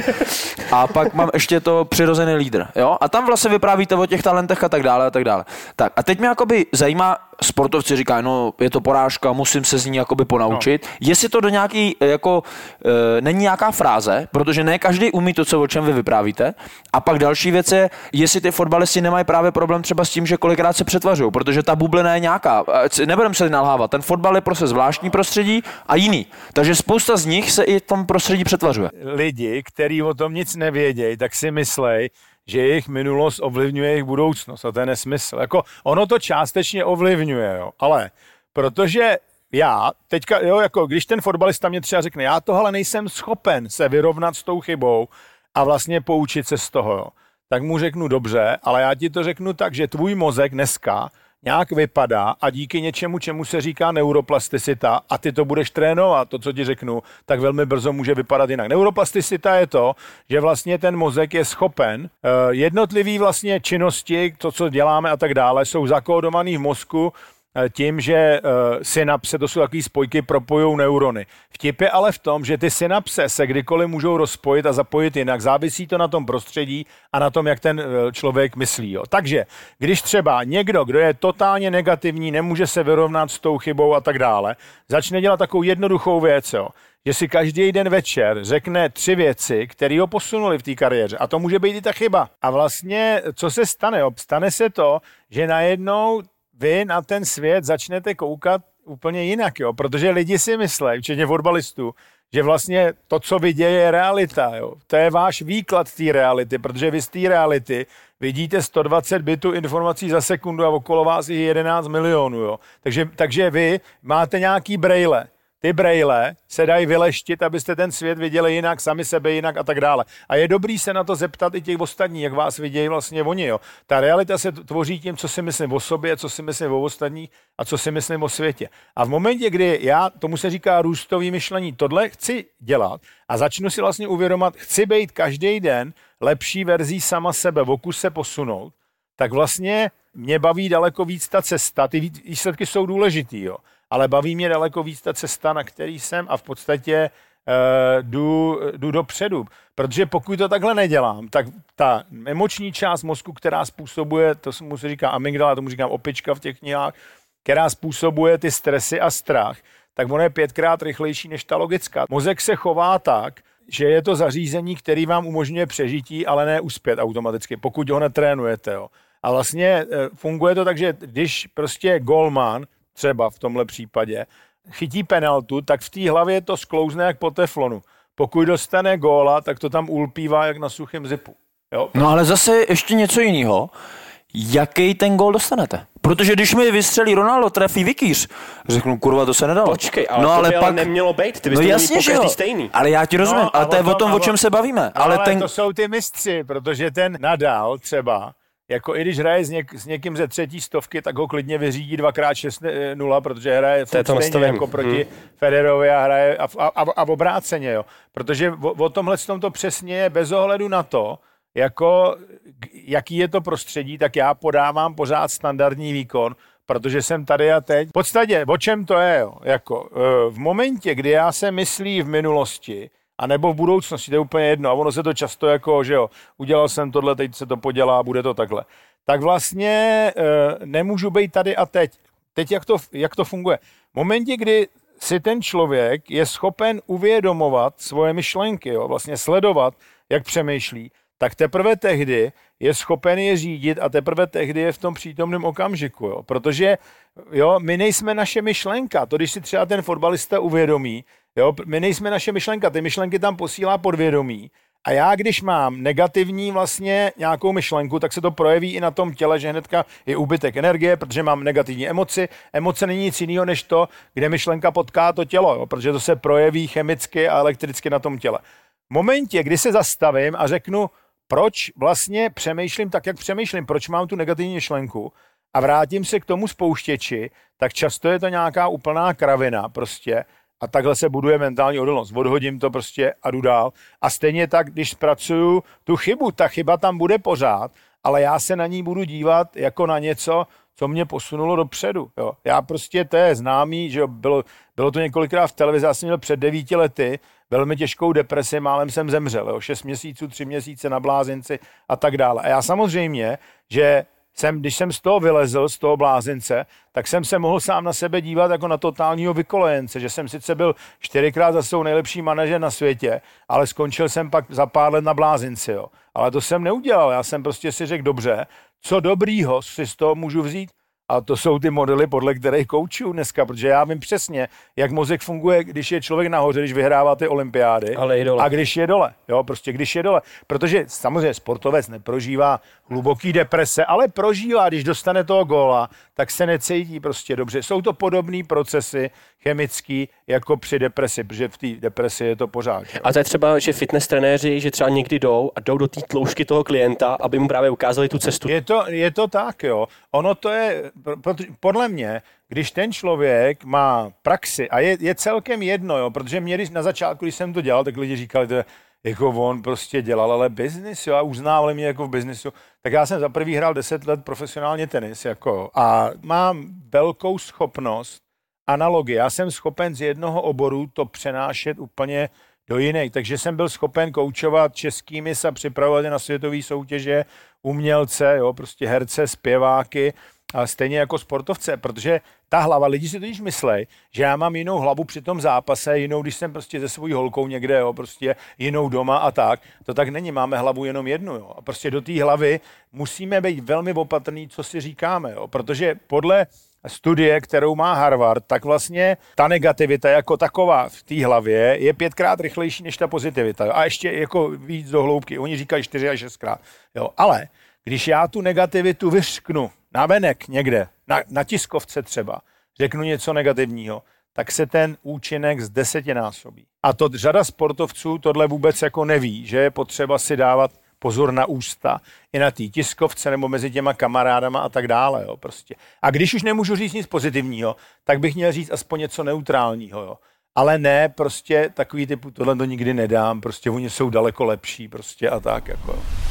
A pak mám ještě to Přirozený lídr. Jo? A tam vlastně vyprávíte o těch talentech a tak dále a tak dále. Tak a teď mě jakoby zajímá, sportovci říkají, no je to porážka, musím se z ní jakoby ponaučit. Jestli to do nějaký, jako, není nějaká fráze, protože ne každý umí to, co o čem vy vyprávíte. A pak další věc je, jestli ty fotbalisti nemají právě problém třeba s tím, že kolikrát se přetvařují, protože ta bublina je nějaká. Nebudeme se nalhávat, ten fotbal je prostě zvláštní prostředí a jiný. Takže spousta z nich se i v tom prostředí přetvařuje. Lidi, kteří o tom nic nevědějí, tak si myslej, že jejich minulost ovlivňuje jejich budoucnost a to je nesmysl. Jako ono to částečně ovlivňuje, jo, ale protože já teďka, jo, jako když ten fotbalista mě třeba řekne, já tohle nejsem schopen se vyrovnat s tou chybou a vlastně poučit se z toho, jo, tak mu řeknu dobře, ale já ti to řeknu tak, že tvůj mozek dneska nějak vypadá a díky něčemu, čemu se říká neuroplasticita a ty to budeš trénovat, to, co ti řeknu, tak velmi brzo může vypadat jinak. Neuroplasticita je to, že vlastně ten mozek je schopen jednotlivý vlastně činnosti, to, co děláme a tak dále, jsou zakódovaný v mozku tím, že synapse, to jsou takové spojky, propojují neurony. Vtip je ale v tom, že ty synapse se kdykoliv můžou rozpojit a zapojit jinak. Závisí to na tom prostředí a na tom, jak ten člověk myslí. Jo. Takže když třeba někdo, kdo je totálně negativní, nemůže se vyrovnat s tou chybou a tak dále, začne dělat takovou jednoduchou věc, jo, že si každý den večer řekne 3 věci, které ho posunuli v té kariéře. A to může být i ta chyba. A vlastně, co se stane? Jo? Stane se to, že najednou vy na ten svět začnete koukat úplně jinak, jo? Protože lidi si myslí, včetně fotbalistů, že vlastně to, co vidějí, je realita. Jo? To je váš výklad té reality, protože vy z té reality vidíte 120 bitů informací za sekundu a okolo vás je 11 milionů. Jo? Takže vy máte nějaký brejle. Ty brejle se dají vyleštit, abyste ten svět viděli jinak, sami sebe jinak a tak dále. A je dobrý se na to zeptat i těch ostatních, jak vás vidějí vlastně oni. Jo. Ta realita se tvoří tím, co si myslím o sobě, co si myslím o ostatních a co si myslím o světě. A v momentě, kdy já, tomu se říká růstový myšlení, tohle chci dělat a začnu si vlastně uvědomovat, chci být každý den lepší verzí sama sebe, v oku se posunout, tak vlastně mě baví daleko víc ta cesta, ty výsledky jsou důležitý, jo. Ale baví mě daleko víc ta cesta, na který jsem a v podstatě jdu dopředu. Protože pokud to takhle nedělám, tak ta emoční část mozku, která způsobuje, to se mu se říká amygdala, tomu říkám opička v těch knihách, která způsobuje ty stresy a strach, tak ono je 5krát rychlejší než ta logická. Mozek se chová tak, že je to zařízení, který vám umožňuje přežití, ale ne uspět automaticky, pokud ho netrénujete. Jo. A vlastně funguje to tak, že když prostě golman třeba v tomhle případě chytí penaltu, tak v té hlavě to sklouzne jak po teflonu. Pokud dostane góla, tak to tam ulpívá jak na suchém zipu. Jo? No ale zase ještě něco jiného. Jaký ten gól dostanete? Protože když mi vystřelí Ronaldo, trefí Vikýř, řeknu, kurva, to se nedalo. Počkej, ale no, ale to by pak nemělo být, ty bys to jasně, měl po stejný. Ale já ti rozumím, ale to je o tom, o čem se bavíme. Ale to jsou ty mistři, protože ten Nadal třeba, jako i když hraje s někým ze 300, tak ho klidně vyřídí 2x6-0, protože hraje stejně jako proti Federovi a hraje a obráceně, jo. Protože o tomhle to přesně je bez ohledu na to, jako jaký je to prostředí, tak já podávám pořád standardní výkon, protože jsem tady a teď. V podstatě, o čem to je, jo? Jako, v momentě, kdy já se myslí v minulosti, a nebo v budoucnosti, to je úplně jedno, a ono se to často jako, že jo, udělal jsem tohle, teď se to podělá, bude to takhle. Tak vlastně nemůžu být tady a teď. Teď jak to funguje? V momentě, kdy si ten člověk je schopen uvědomovat svoje myšlenky, jo, vlastně sledovat, jak přemýšlí, tak teprve tehdy je schopen je řídit a teprve tehdy je v tom přítomném okamžiku. Jo. Protože jo, my nejsme naše myšlenka. To, když si třeba ten fotbalista uvědomí, jo, my nejsme naše myšlenka, ty myšlenky tam posílá podvědomí. A já, když mám negativní vlastně nějakou myšlenku, tak se to projeví i na tom těle, že hnedka je úbytek energie, protože mám negativní emoci. Emoce není nic jiného, než to, kde myšlenka potká to tělo, jo, protože to se projeví chemicky a elektricky na tom těle. V momentě, kdy se zastavím a řeknu, proč vlastně přemýšlím tak, jak přemýšlím, proč mám tu negativní myšlenku a vrátím se k tomu spouštěči, tak často je to nějaká úplná kravina prostě a takhle se buduje mentální odolnost. Odhodím to prostě a jdu dál. A stejně tak, když zpracuju tu chybu, ta chyba tam bude pořád, ale já se na ní budu dívat jako na něco, co mě posunulo dopředu. Jo. Já prostě, to je známý, že jo, bylo to několikrát v televizi, já jsem měl před 9 lety velmi těžkou depresi, málem jsem zemřel, jo, 6 měsíců, 3 měsíce na blázinci a tak dále. A já samozřejmě, že když jsem z toho vylezl, z toho blázince, tak jsem se mohl sám na sebe dívat jako na totálního vykolejence, že jsem sice byl 4krát za sebou nejlepší manažer na světě, ale skončil jsem pak za pár let na blázinci. Jo. Ale to jsem neudělal, já jsem prostě si řekl, dobře, co dobrýho si z toho můžu vzít? A to jsou ty modely, podle kterých koučuju dneska, protože já vím přesně, jak mozek funguje, když je člověk nahoře, když vyhrává ty olympiády a když je dole. Jo, prostě když je dole. Protože samozřejmě sportovec neprožívá hluboký deprese, ale prožívá, když dostane toho góla, tak se necítí prostě dobře. Jsou to podobné procesy chemický jako při depresi, protože v té depresi je to pořád. Jo. A to je třeba, že fitness trenéři, že třeba někdy jdou do té tloušťky toho klienta, aby mu právě ukázali tu cestu. Je to tak, jo. Ono to je, podle mě, když ten člověk má praxi a je celkem jedno, jo, protože mě na začátku, když jsem to dělal, tak lidi říkali, že jako on prostě dělal, ale biznis, jo, a uznávali mě jako v biznisu, tak já jsem za prvý hrál 10 let profesionálně tenis, jako, a mám velkou schopnost analogie. Já jsem schopen z jednoho oboru to přenášet úplně do jiných, takže jsem byl schopen koučovat český mis a připravovat je na světové soutěže, umělce, jo, prostě herce, zpěváky, a stejně jako sportovce, protože ta hlava, lidi si totiž myslej, že já mám jinou hlavu při tom zápase, jinou, když jsem prostě se svojí holkou někde, jo, prostě jinou doma a tak. To tak není, máme hlavu jenom jednu, jo. A prostě do té hlavy musíme být velmi opatrný, co si říkáme, jo, protože podle studie, kterou má Harvard, tak vlastně ta negativita jako taková v té hlavě je 5krát rychlejší než ta pozitivita. Jo. A ještě jako víc do hloubky, oni říkají 4 až 6krát. Jo. Ale když já tu negativitu vyřknu navenek někde, na tiskovce třeba, řeknu něco negativního, tak se ten účinek z 10násobí. A to řada sportovců tohle vůbec jako neví, že je potřeba si dávat pozor na ústa i na té tiskovce nebo mezi těma kamarádama a tak dále. Jo, prostě. A když už nemůžu říct nic pozitivního, tak bych měl říct aspoň něco neutrálního. Jo. Ale ne, prostě takový typu, tohle to nikdy nedám, prostě oni jsou daleko lepší prostě a tak. Jako.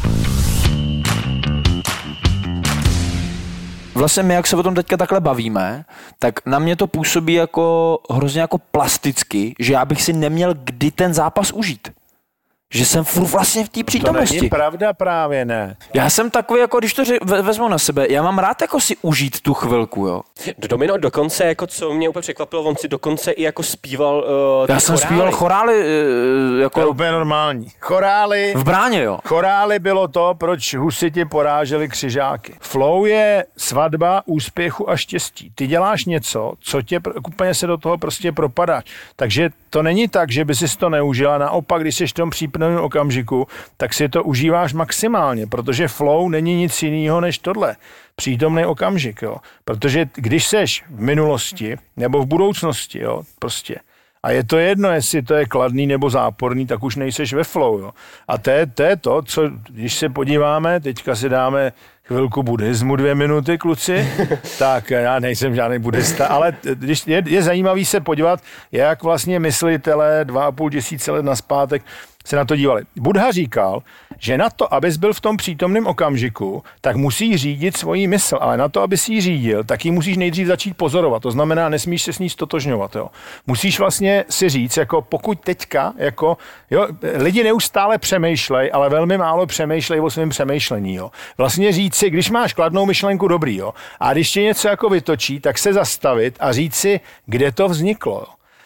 Vlastně my, jak se o tom teďka takhle bavíme, tak na mě to působí jako hrozně jako plasticky, že já bych si neměl kdy ten zápas užít. Že jsem furt vlastně v té přítomnosti. To není pravda, právě ne. Já jsem takový, jako když to vezmu na sebe, já mám rád jako si užít tu chvilku, jo. Domino dokonce, jako co mě úplně překvapilo, on si dokonce i jako zpíval já jsem zpíval chorály. Jako... To je úplně normální. Chorály. V bráně, jo. Chorály bylo to, proč husiti poráželi křižáky. Flow je svatba úspěchu a štěstí. Ty děláš něco, co tě úplně se do toho prostě propadáš. Takže to není tak, že by si to neužila. Naopak, když jsi v tom případném okamžiku, tak si to užíváš maximálně, protože flow není nic jiného než tohle. Přítomný okamžik, jo. Protože když seš v minulosti nebo v budoucnosti, jo, prostě. A je to jedno, jestli to je kladný nebo záporný, tak už nejseš ve flow, jo. A to je to, co, když se podíváme, teďka si dáme chvilku buddhismu 2 minuty, kluci, tak já nejsem žádný buddhista, ale když je zajímavý se podívat, jak vlastně myslitelé 2,5 tisíce let nazpátek se na to dívali. Buddha říkal, že na to, abys byl v tom přítomném okamžiku, tak musí řídit svoji mysl, ale na to, aby si ji řídil, tak ji musíš nejdřív začít pozorovat. To znamená, nesmíš se s ní stotožňovat. Jo. Musíš vlastně si říct, jako pokud teďka, jako, jo, lidi neustále přemýšlej, ale velmi málo přemýšlej o svém přemýšlení. Jo. Vlastně říct si, když máš kladnou myšlenku, dobrý, jo, a když tě něco jako vytočí, tak se zastavit a říct si, kde to vzniklo. Jo.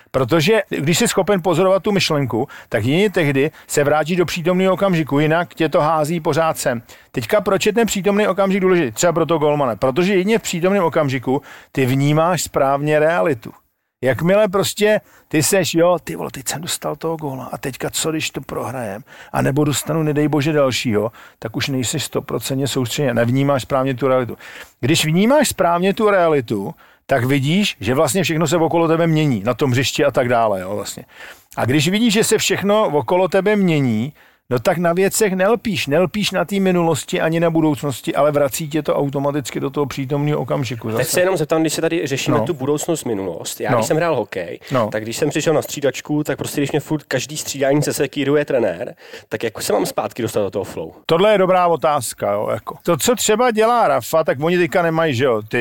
Protože když jsi schopen pozorovat tu myšlenku, tak jedině tehdy se vrátí do přítomného okamžiku, jinak tě to hází pořád sem. Teďka proč je ten přítomný okamžik důležitý? Třeba pro to golmana. Protože jedině v přítomném okamžiku ty vnímáš správně realitu. Jakmile prostě ty seš, jo, ty vole, teď jsem dostal toho góla a teďka co, když to prohrajem, a nebo dostanu, nedej bože, dalšího, tak už nejsi 100% soustředěn, nevnímáš správně tu realitu. Když vnímáš správně tu realitu, tak vidíš, že vlastně všechno se okolo tebe mění, na tom hřišti a tak dále, jo, vlastně. A když vidíš, že se všechno okolo tebe mění, no tak na věcech nelpíš na té minulosti ani na budoucnosti, ale vrací tě to automaticky do toho přítomného okamžiku. Teď se jenom zeptám, když se tady řešíme tu budoucnost, minulost. Já když jsem hrál hokej, tak když jsem přišel na střídačku, tak prostě když mě furt každý střídání se sekíruje trenér, tak jak se mám zpátky dostat do toho flow? Tohle je dobrá otázka, jo, jako. To, co třeba dělá Rafa, tak oni teďka nemají, že jo,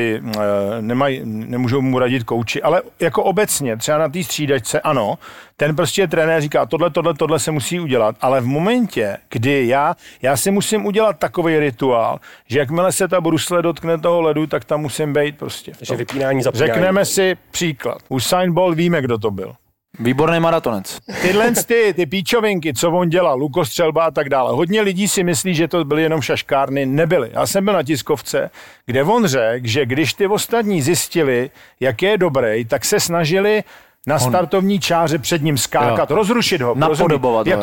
nemůžou mu radit kouči, ale jako obecně, třeba na té střídačce, ano, ten prostě trenér říká, tohle se musí udělat, ale v momentě, kdy já si musím udělat takový rituál, že jakmile se ta brusle dotkne toho ledu, tak tam musím být prostě. Takže vypínání, zapínání. Řekneme si příklad. Usain Bolt víme, kdo to byl. Výborný maratonec. Tyhle ty píčovinky, co on dělal, lukostřelba a tak dále. Hodně lidí si myslí, že to byly jenom šaškárny, nebyly. Já jsem byl na tiskovce, kde on řekl, že když ty ostatní zjistili, jak je dobrý, tak se snažili na startovní čáře před ním skákat, rozrušit ho. Napodobovat ho. Jako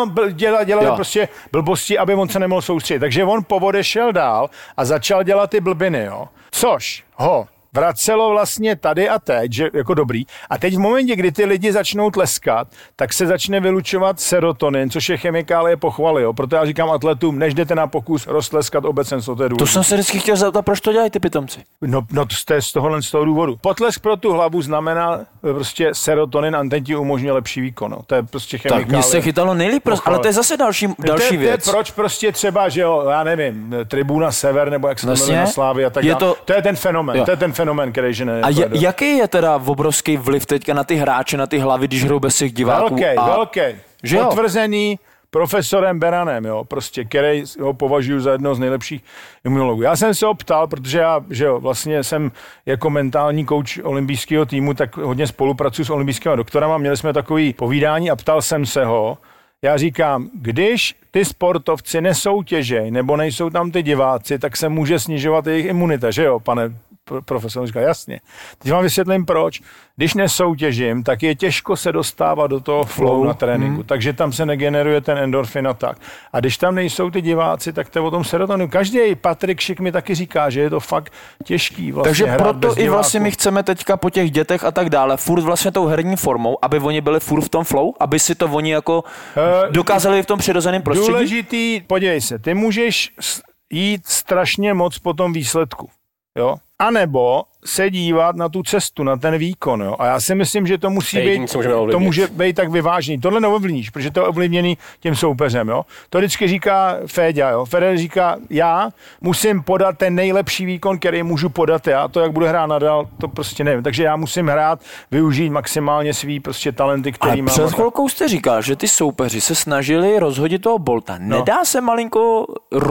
dělali prostě blbosti, aby on se nemohl soustředit. Takže on šel dál a začal dělat ty blbiny, jo. Což ho vracelo vlastně tady a teď, že jako dobrý. A teď v momentě, kdy ty lidi začnou tleskat, tak se začne vylučovat serotonin, což je chemikálie pochvaly, jo. Proto já říkám atletům, než jdete na pokus roztleskat obecenstvo, to je důležité. To jsem se vždycky chtěl zeptat, proč to dělají ty pitomci? No to je z toho důvodu. Potlesk pro tu hlavu znamená prostě serotonin a ten ti umožňuje lepší výkon. No. To je prostě chemikálie. Tak mě se chytalo nejlíp, ale to je zase další věc. To je proč prostě třeba, že jo, já nevím, Tribuna Sever, nebo jak se to jmenuje na Slávě a tak dále. To je ten fenomén, který žene. A jaký je teda obrovský vliv teďka na ty hráče, na ty hlavy, když hrou bez těch diváků? Velký. Potvrzený profesorem Beranem, jo, prostě, který ho považuji za jednoho z nejlepších imunologů. Já jsem se ho ptal, protože já, že jo, vlastně jsem jako mentální kouč olympijského týmu, tak hodně spolupracuji s olympijskými doktorama, měli jsme takový povídání a ptal jsem se ho, já říkám, když ty sportovci nesoutěžej, nebo nejsou tam ty diváci, tak se může snižovat jejich imunita, že jo, pane profesor říká, jasně. Teď vám vysvětlím proč. Když nesoutěžím, tak je těžko se dostávat do toho flow na tréninku, takže tam se negeneruje ten endorfin a tak. A když tam nejsou ty diváci, tak to je o tom serotoninu. Každý Patrik Šik mi taky říká, že je to fakt těžký vlastně. Takže proto i vlastně my chceme teďka po těch dětech a tak dále, furt vlastně tou herní formou, aby oni byli furt v tom flow, aby si to oni jako dokázali v tom přirozeném prostředí. Důležitý, podívej se, ty můžeš jít strašně moc po tom výsledku, jo? A nebo se dívat na tu cestu, na ten výkon. Jo? A já si myslím, že to musí být, to může být tak vyvážený. Tohle neovlivníš, protože to je ovlivněný tím soupeřem. Jo? To vždycky říká Féďa. Jo? Federer říká, já musím podat ten nejlepší výkon, který můžu podat já. To, jak budu hrát nadal, to prostě nevím. Takže já musím hrát, využít maximálně svý prostě talenty, který mám. Před chvilkou jste říkal, že ty soupeři se snažili rozhodit toho Bolta. Nedá se malinko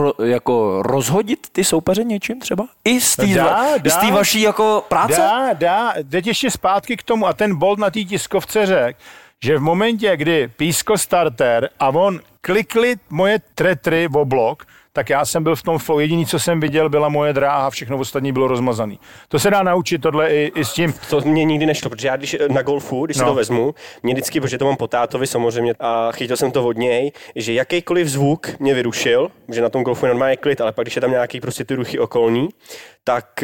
jako rozhodit ty soupeře něčím třeba? I z té vaší jako práce? Dá. Teď ještě zpátky k tomu a ten Bolt na té tiskovce řekl, že v momentě, kdy pískl starter a on klikli moje tretry o blok, tak já jsem byl v tom flow. Jediný, co jsem viděl, byla moje dráha, všechno ostatní bylo rozmazaný. To se dá naučit tohle i s tím. To mě nikdy nešlo, protože já když na golfu, když si to vezmu, mě vždycky, protože to mám po tátovi samozřejmě a chytil jsem to od něj, že jakýkoliv zvuk mě vyrušil, že na tom golfu je normálně klid, ale pak když je tam nějaký prostě ty ruchy okolní, tak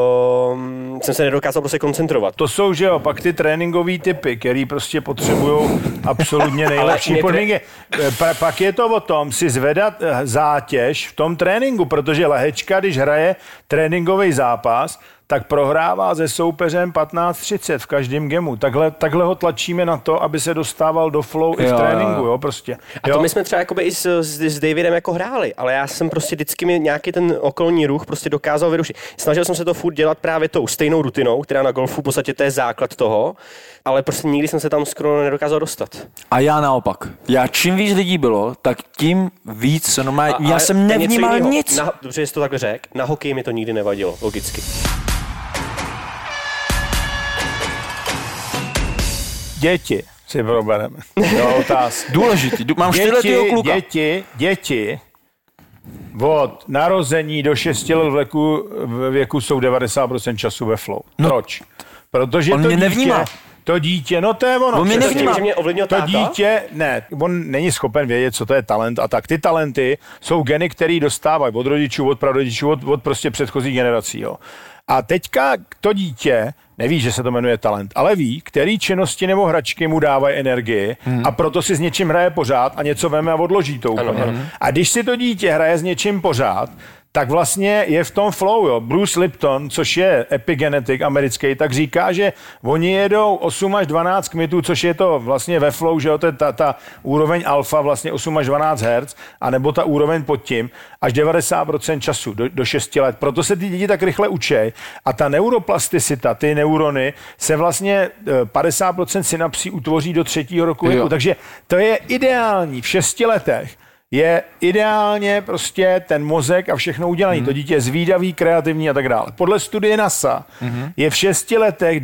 jsem se nedokázal prostě koncentrovat. To jsou, že jo, pak ty tréninkové typy, který prostě potřebují absolutně nejlepší podmínky. Pak je to o tom si zvedat zátěž v tom tréninku, protože lehečka, když hraje tréninkový zápas, tak prohrává se soupeřem 15-30 v každém gemu. Takhle ho tlačíme na to, aby se dostával do flow i v tréninku, jo, prostě. A to my jsme třeba jakoby i s Davidem jako hráli, ale já jsem prostě vždycky mi nějaký ten okolní ruch prostě dokázal vyrušit. Snažil jsem se to furt dělat právě tou stejnou rutinou, která na golfu v podstatě to je základ toho, ale prostě nikdy jsem se tam skoro nedokázal dostat. A já naopak. Čím víc lidí bylo, tak tím víc se normálně... Já jsem nevnímal nic. Dobře, jsi to takhle řekl. Na hokeji mi to nikdy nevadilo, logicky. Děti si probereme. Jo, otázka. Důležitý. Mám 4letýho kluka. Děti od narození do 6 let věku jsou 90% času ve flow. No, proč? Protože on mě nevnímá. To dítě, no to je ono. On mě nevnímá. Že mě ovlivnil táta? To dítě, ne, on není schopen vědět, co to je talent a tak. Ty talenty jsou geny, které dostávají od rodičů, od prarodičů, od prostě předchozích generací. Jo. A teďka to dítě neví, že se to jmenuje talent, ale ví, který činnosti nebo hračky mu dávají energii a proto si s něčím hraje pořád a něco veme a odloží to úplně. Ano. A když si to dítě hraje s něčím pořád, tak vlastně je v tom flow, jo. Bruce Lipton, což je epigenetik americký, tak říká, že oni jedou 8 až 12 kmitů, což je to vlastně ve flow, že jo, to je ta úroveň alfa, vlastně 8 až 12 Hz, anebo ta úroveň pod tím, až 90% času do 6 let. Proto se ty děti tak rychle učej a ta neuroplasticita, ty neurony, se vlastně 50% synapsí utvoří do 3. roku věku, takže to je ideální v 6 letech. Je ideálně prostě ten mozek a všechno udělaný. To dítě je zvídavý, kreativní a tak dále. Podle studie NASA je v 6 letech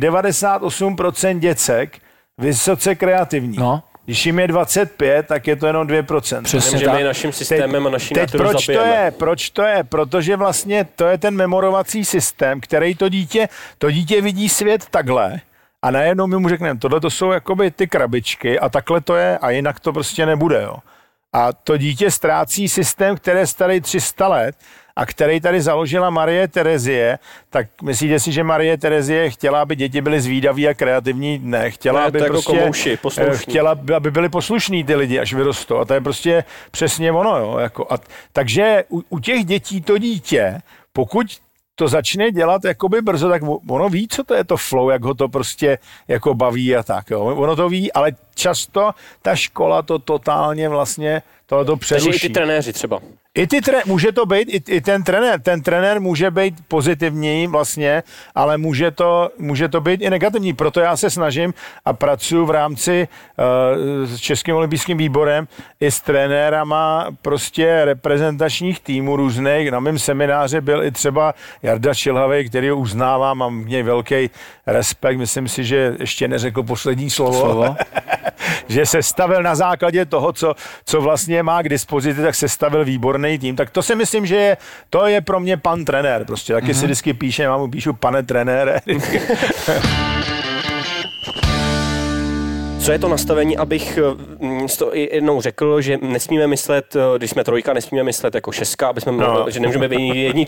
98% děcek vysoce kreativní. No. Když jim je 25, tak je to jenom 2%. Přesně tak. Nemůžeme naším systémem a naší naturou zabijeme. Proč to je? Protože vlastně to je ten memorovací systém, který to dítě vidí svět takhle a najednou my mu řekneme, tohle to jsou jakoby ty krabičky a takhle to je a jinak to prostě nebude, jo. A to dítě ztrácí systém, který je starý 300 let a který tady založila Marie Terezie, tak myslíte si, že Marie Terezie chtěla, aby děti byly zvídaví a kreativní? Ne, chtěla, aby prostě komouši, chtěla, aby byli poslušní ty lidi, až vyrostou. A to je prostě přesně ono, jo. Takže u těch dětí to dítě, pokud to začne dělat jakoby brzo, tak ono ví, co to je to flow, jak ho to prostě jako baví a tak, jo. Ono to ví, ale často ta škola to totálně vlastně tohleto přeruší. Takže i ty trenéři třeba. Může to být i ten trenér. Ten trenér může být pozitivní vlastně, ale může to být i negativní. Proto já se snažím a pracuji v rámci s Českým olympijským výborem i s trenérama prostě reprezentačních týmů různých. Na mém semináři byl i třeba Jarda Šilhavej, který ho uznávám, mám v něj velký respekt. Myslím si, že ještě neřekl poslední slovo. Že se stavil na základě toho, co vlastně má k dispozici, tak se stavil výborný tým. Tak to si myslím, že to je pro mě pan trenér. Prostě taky si vždycky píše, já mu píšu pane trenére. Co je to nastavení, abych to jednou řekl, že nesmíme myslet, když jsme 3, nesmíme myslet jako 6, aby jsme že nemůžeme být 1.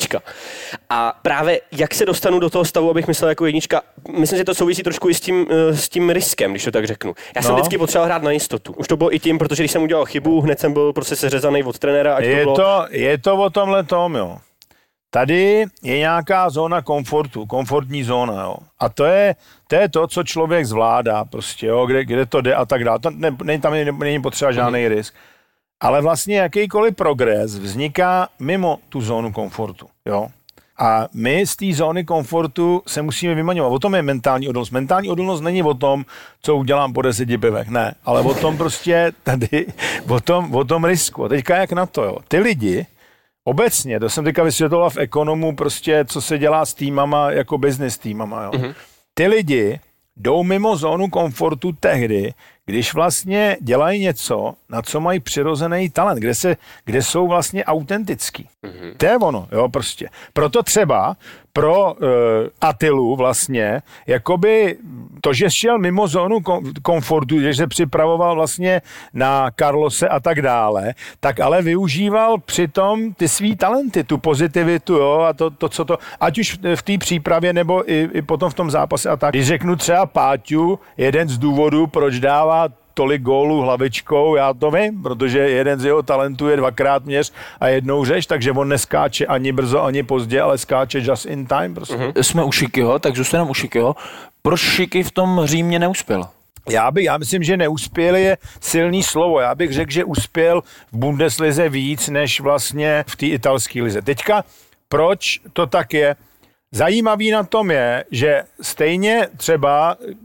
A právě jak se dostanu do toho stavu, abych myslel jako 1, myslím, že to souvisí trošku i s tím riskem, když to tak řeknu. Já jsem vždycky potřeboval hrát na jistotu. Už to bylo i tím, protože když jsem udělal chybu, hned jsem byl prostě seřezaný od trenéra. Je to o tomhletom, jo. Tady je nějaká zóna komfortu, komfortní zóna, jo. A to je to, co člověk zvládá prostě, jo, kde to jde a tak dále. Tam není potřeba žádný risk. Ale vlastně jakýkoliv progres vzniká mimo tu zónu komfortu, jo. A my z té zóny komfortu se musíme vymaňovat. O tom je mentální odolnost. Mentální odolnost není o tom, co udělám po 10 pivech, ne. Ale o tom prostě tady, o tom risku. A teďka jak na to, jo. Ty lidi, obecně, to jsem teďka vysvětloval v ekonomu, prostě, co se dělá s týmama, jako business týmama, jo. Ty lidi jdou mimo zónu komfortu tehdy, když vlastně dělají něco, na co mají přirozený talent, kde jsou vlastně autentický. To je ono, jo, prostě. Proto třeba pro Attilu vlastně, jakoby to, že šel mimo zónu komfortu, že se připravoval vlastně na Carlose a tak dále, tak ale využíval přitom ty svý talenty, tu pozitivitu, jo, a to co to, ať už v té přípravě, nebo i potom v tom zápase a tak. Když řeknu třeba Páťu, jeden z důvodů, proč dává tolik gólů hlavičkou, já to vím, protože jeden z jeho talentů je 2x měř a 1 řeš, takže on neskáče ani brzo, ani pozdě, ale skáče just in time. Prostě. Jsme u Šikyho, tak zůstaneme u Šikyho. Proč Šiky v tom Římě neuspěl? Já myslím, že neuspěl je silný slovo. Já bych řekl, že uspěl v Bundeslize víc, než vlastně v té italské lize. Teďka, proč to tak je? Zajímavý na tom je, že stejně třeba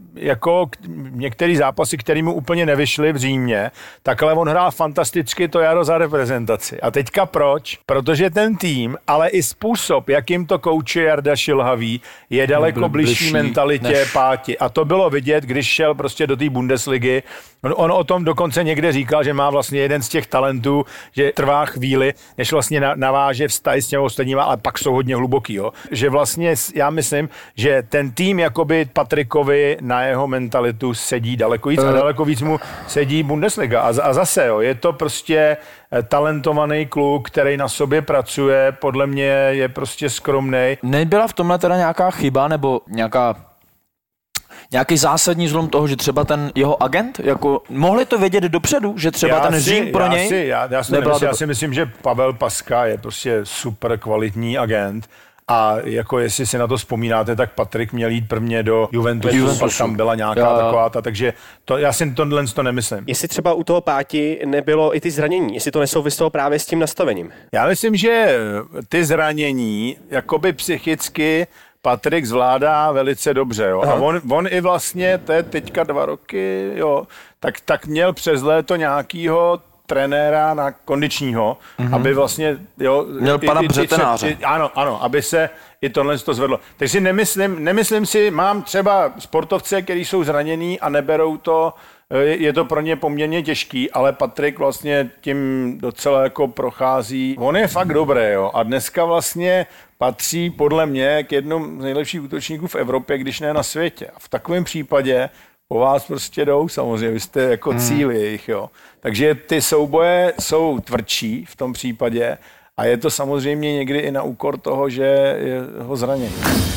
jako některé zápasy, které mu úplně nevyšly v Římě, tak ale on hrál fantasticky to jaro za reprezentaci. A teďka proč? Protože ten tým, ale i způsob, jakým to kouče Jarda Šilhavý, je daleko bližší mentalitě Páti. A to bylo vidět, když šel prostě do té Bundesligy. On o tom dokonce někde říkal, že má vlastně jeden z těch talentů, že trvá chvíli, než vlastně naváže vztahy s těmi ostatníma, ale pak jsou hodně hluboký. Jo. Že vlastně já myslím, že ten tým jakoby Patrikovi na jeho mentalitu sedí daleko víc a daleko víc mu sedí Bundesliga. A zase, jo, je to prostě talentovaný kluk, který na sobě pracuje, podle mě je prostě skromnej. Nebyla v tomhle teda nějaká chyba nebo nějaký zásadní zlom toho, že třeba ten jeho agent, jako mohli to vědět dopředu, že třeba ten Řím pro něj? Já si myslím, že Pavel Paska je prostě super kvalitní agent. A jako jestli si na to vzpomínáte, tak Patrik měl jít prvně do Juventusu. Pak tam byla nějaká taková ta, takže já si tohle to nemyslím. Jestli třeba u toho Páti nebylo i ty zranění, jestli to nesouviselo právě s tím nastavením? Já myslím, že ty zranění, jakoby psychicky, Patrik zvládá velice dobře, jo. A on i vlastně, to je teďka 2 roky, jo, tak měl přes léto nějakýho trenéra na kondičního, aby vlastně, jo... Měl pana Břetenáře. Ano, aby se i tohle to zvedlo. Takže si nemyslím si, mám třeba sportovce, kteří jsou zranění a neberou to, je to pro ně poměrně těžký, ale Patrik vlastně tím docela jako prochází. On je fakt dobrý, jo, a dneska vlastně patří podle mě k jednomu z nejlepších útočníků v Evropě, když ne na světě. A v takovém případě po vás prostě jdou, samozřejmě, vy jste jako cíl jejich, jo. Takže ty souboje jsou tvrdší v tom případě a je to samozřejmě někdy i na úkor toho, že je ho zranění.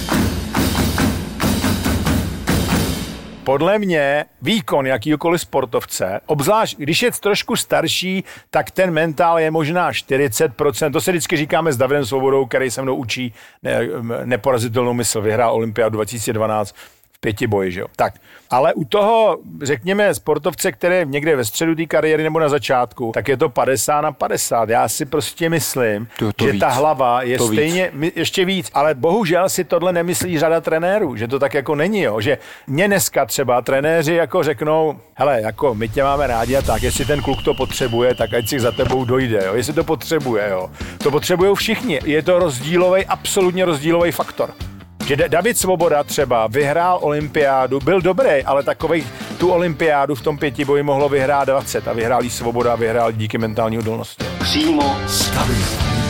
Podle mě výkon jakýkoliv sportovce, obzvlášť když je trošku starší, tak ten mentál je možná 40%. To se vždycky říkáme s Davidem Svobodou, který se mnou učí neporazitelnou mysl. Vyhrál olympiádu 2012 v 5 boji, že jo. Tak, ale u toho, řekněme, sportovce, který je někde ve středu té kariéry nebo na začátku, tak je to 50/50. Já si prostě myslím, že ta hlava je stejně ještě víc, ale bohužel si tohle nemyslí řada trenérů, že to tak jako není, jo, že mě dneska třeba trenéři jako řeknou, hele, jako my tě máme rádi a tak, jestli ten kluk to potřebuje, tak ať si za tebou dojde, jo, jestli to potřebuje, jo. To potřebují všichni. Je to absolutně rozdílový faktor. Že David Svoboda třeba vyhrál olympiádu, byl dobrý, ale takovej tu olympiádu v tom 5 boji mohlo vyhrát 20 a vyhrál jí Svoboda, vyhrál díky mentální odolnosti. Přímo stabilní.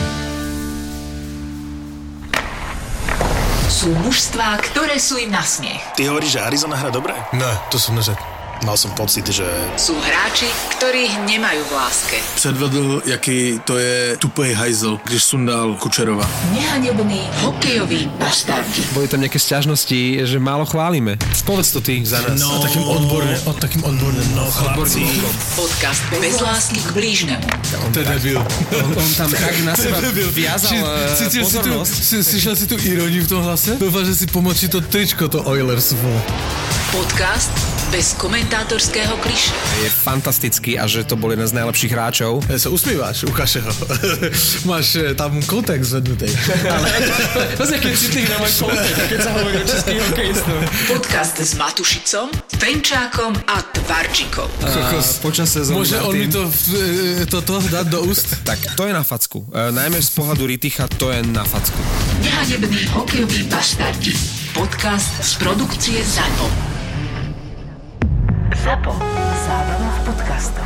Sú mužstvá, ktoré sú im na smiech. Ty hovoríš, že Arizona hra dobre? Ne, to som neřekl. Mal som pocit, že... Sú hráči, ktorých nemajú v láske. Předvedl, jaký to je tupej hajzel, když sundal Kučerova. Nehanebný hokejový bastardi. Boli tam nejaké sťažnosti, že málo chválime. Povedz to ty za nás. No, takým odborným, no chlapci. Podcast bez lásky k blížnemu. To je debil. On tam tak na seba viazal pozornosť. Slyšel si tu iróniu v tom hlase? Doufám, že si pomočí to tričko, to Oilers. Podcast bez komentátorského kliše. Je fantastický a že to bol jeden z najlepších hráčov. Ja sa usmíváš, ukáže ho. Máš tam kontext zvednutý. To je aký citlivý na môj kontext, keď sa hovorí o českých hokejistov. Podcast s Matušicom, Fenčákom a Tvarčikom. Počas sezóny. Môže on mi toto dať do úst? Tak to je na facku. Najmä z pohľadu Riticha to je na facku. Nehanebný hokejový bastardi. Podcast z produkcie ZAPO. ZAPO. Zábrná v podcastov.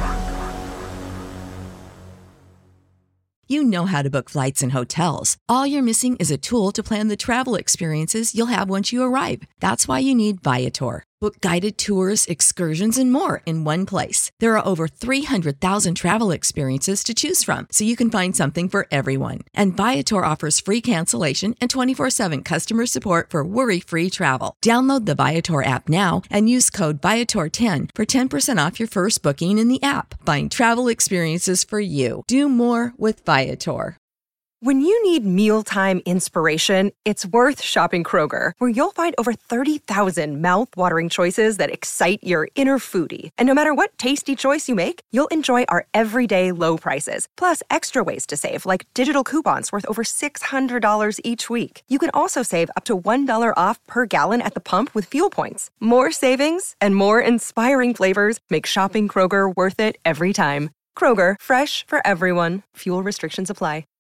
You know how to book flights and hotels. All you're missing is a tool to plan the travel experiences you'll have once you arrive. That's why you need Viator. Book guided tours, excursions, and more in one place. There are over 300,000 travel experiences to choose from, so you can find something for everyone. And Viator offers free cancellation and 24/7 customer support for worry-free travel. Download the Viator app now and use code Viator10 for 10% off your first booking in the app. Find travel experiences for you. Do more with Viator. When you need mealtime inspiration, it's worth shopping Kroger, where you'll find over 30,000 mouth-watering choices that excite your inner foodie. And no matter what tasty choice you make, you'll enjoy our everyday low prices, plus extra ways to save, like digital coupons worth over $600 each week. You can also save up to $1 off per gallon at the pump with fuel points. More savings and more inspiring flavors make shopping Kroger worth it every time. Kroger, fresh for everyone. Fuel restrictions apply.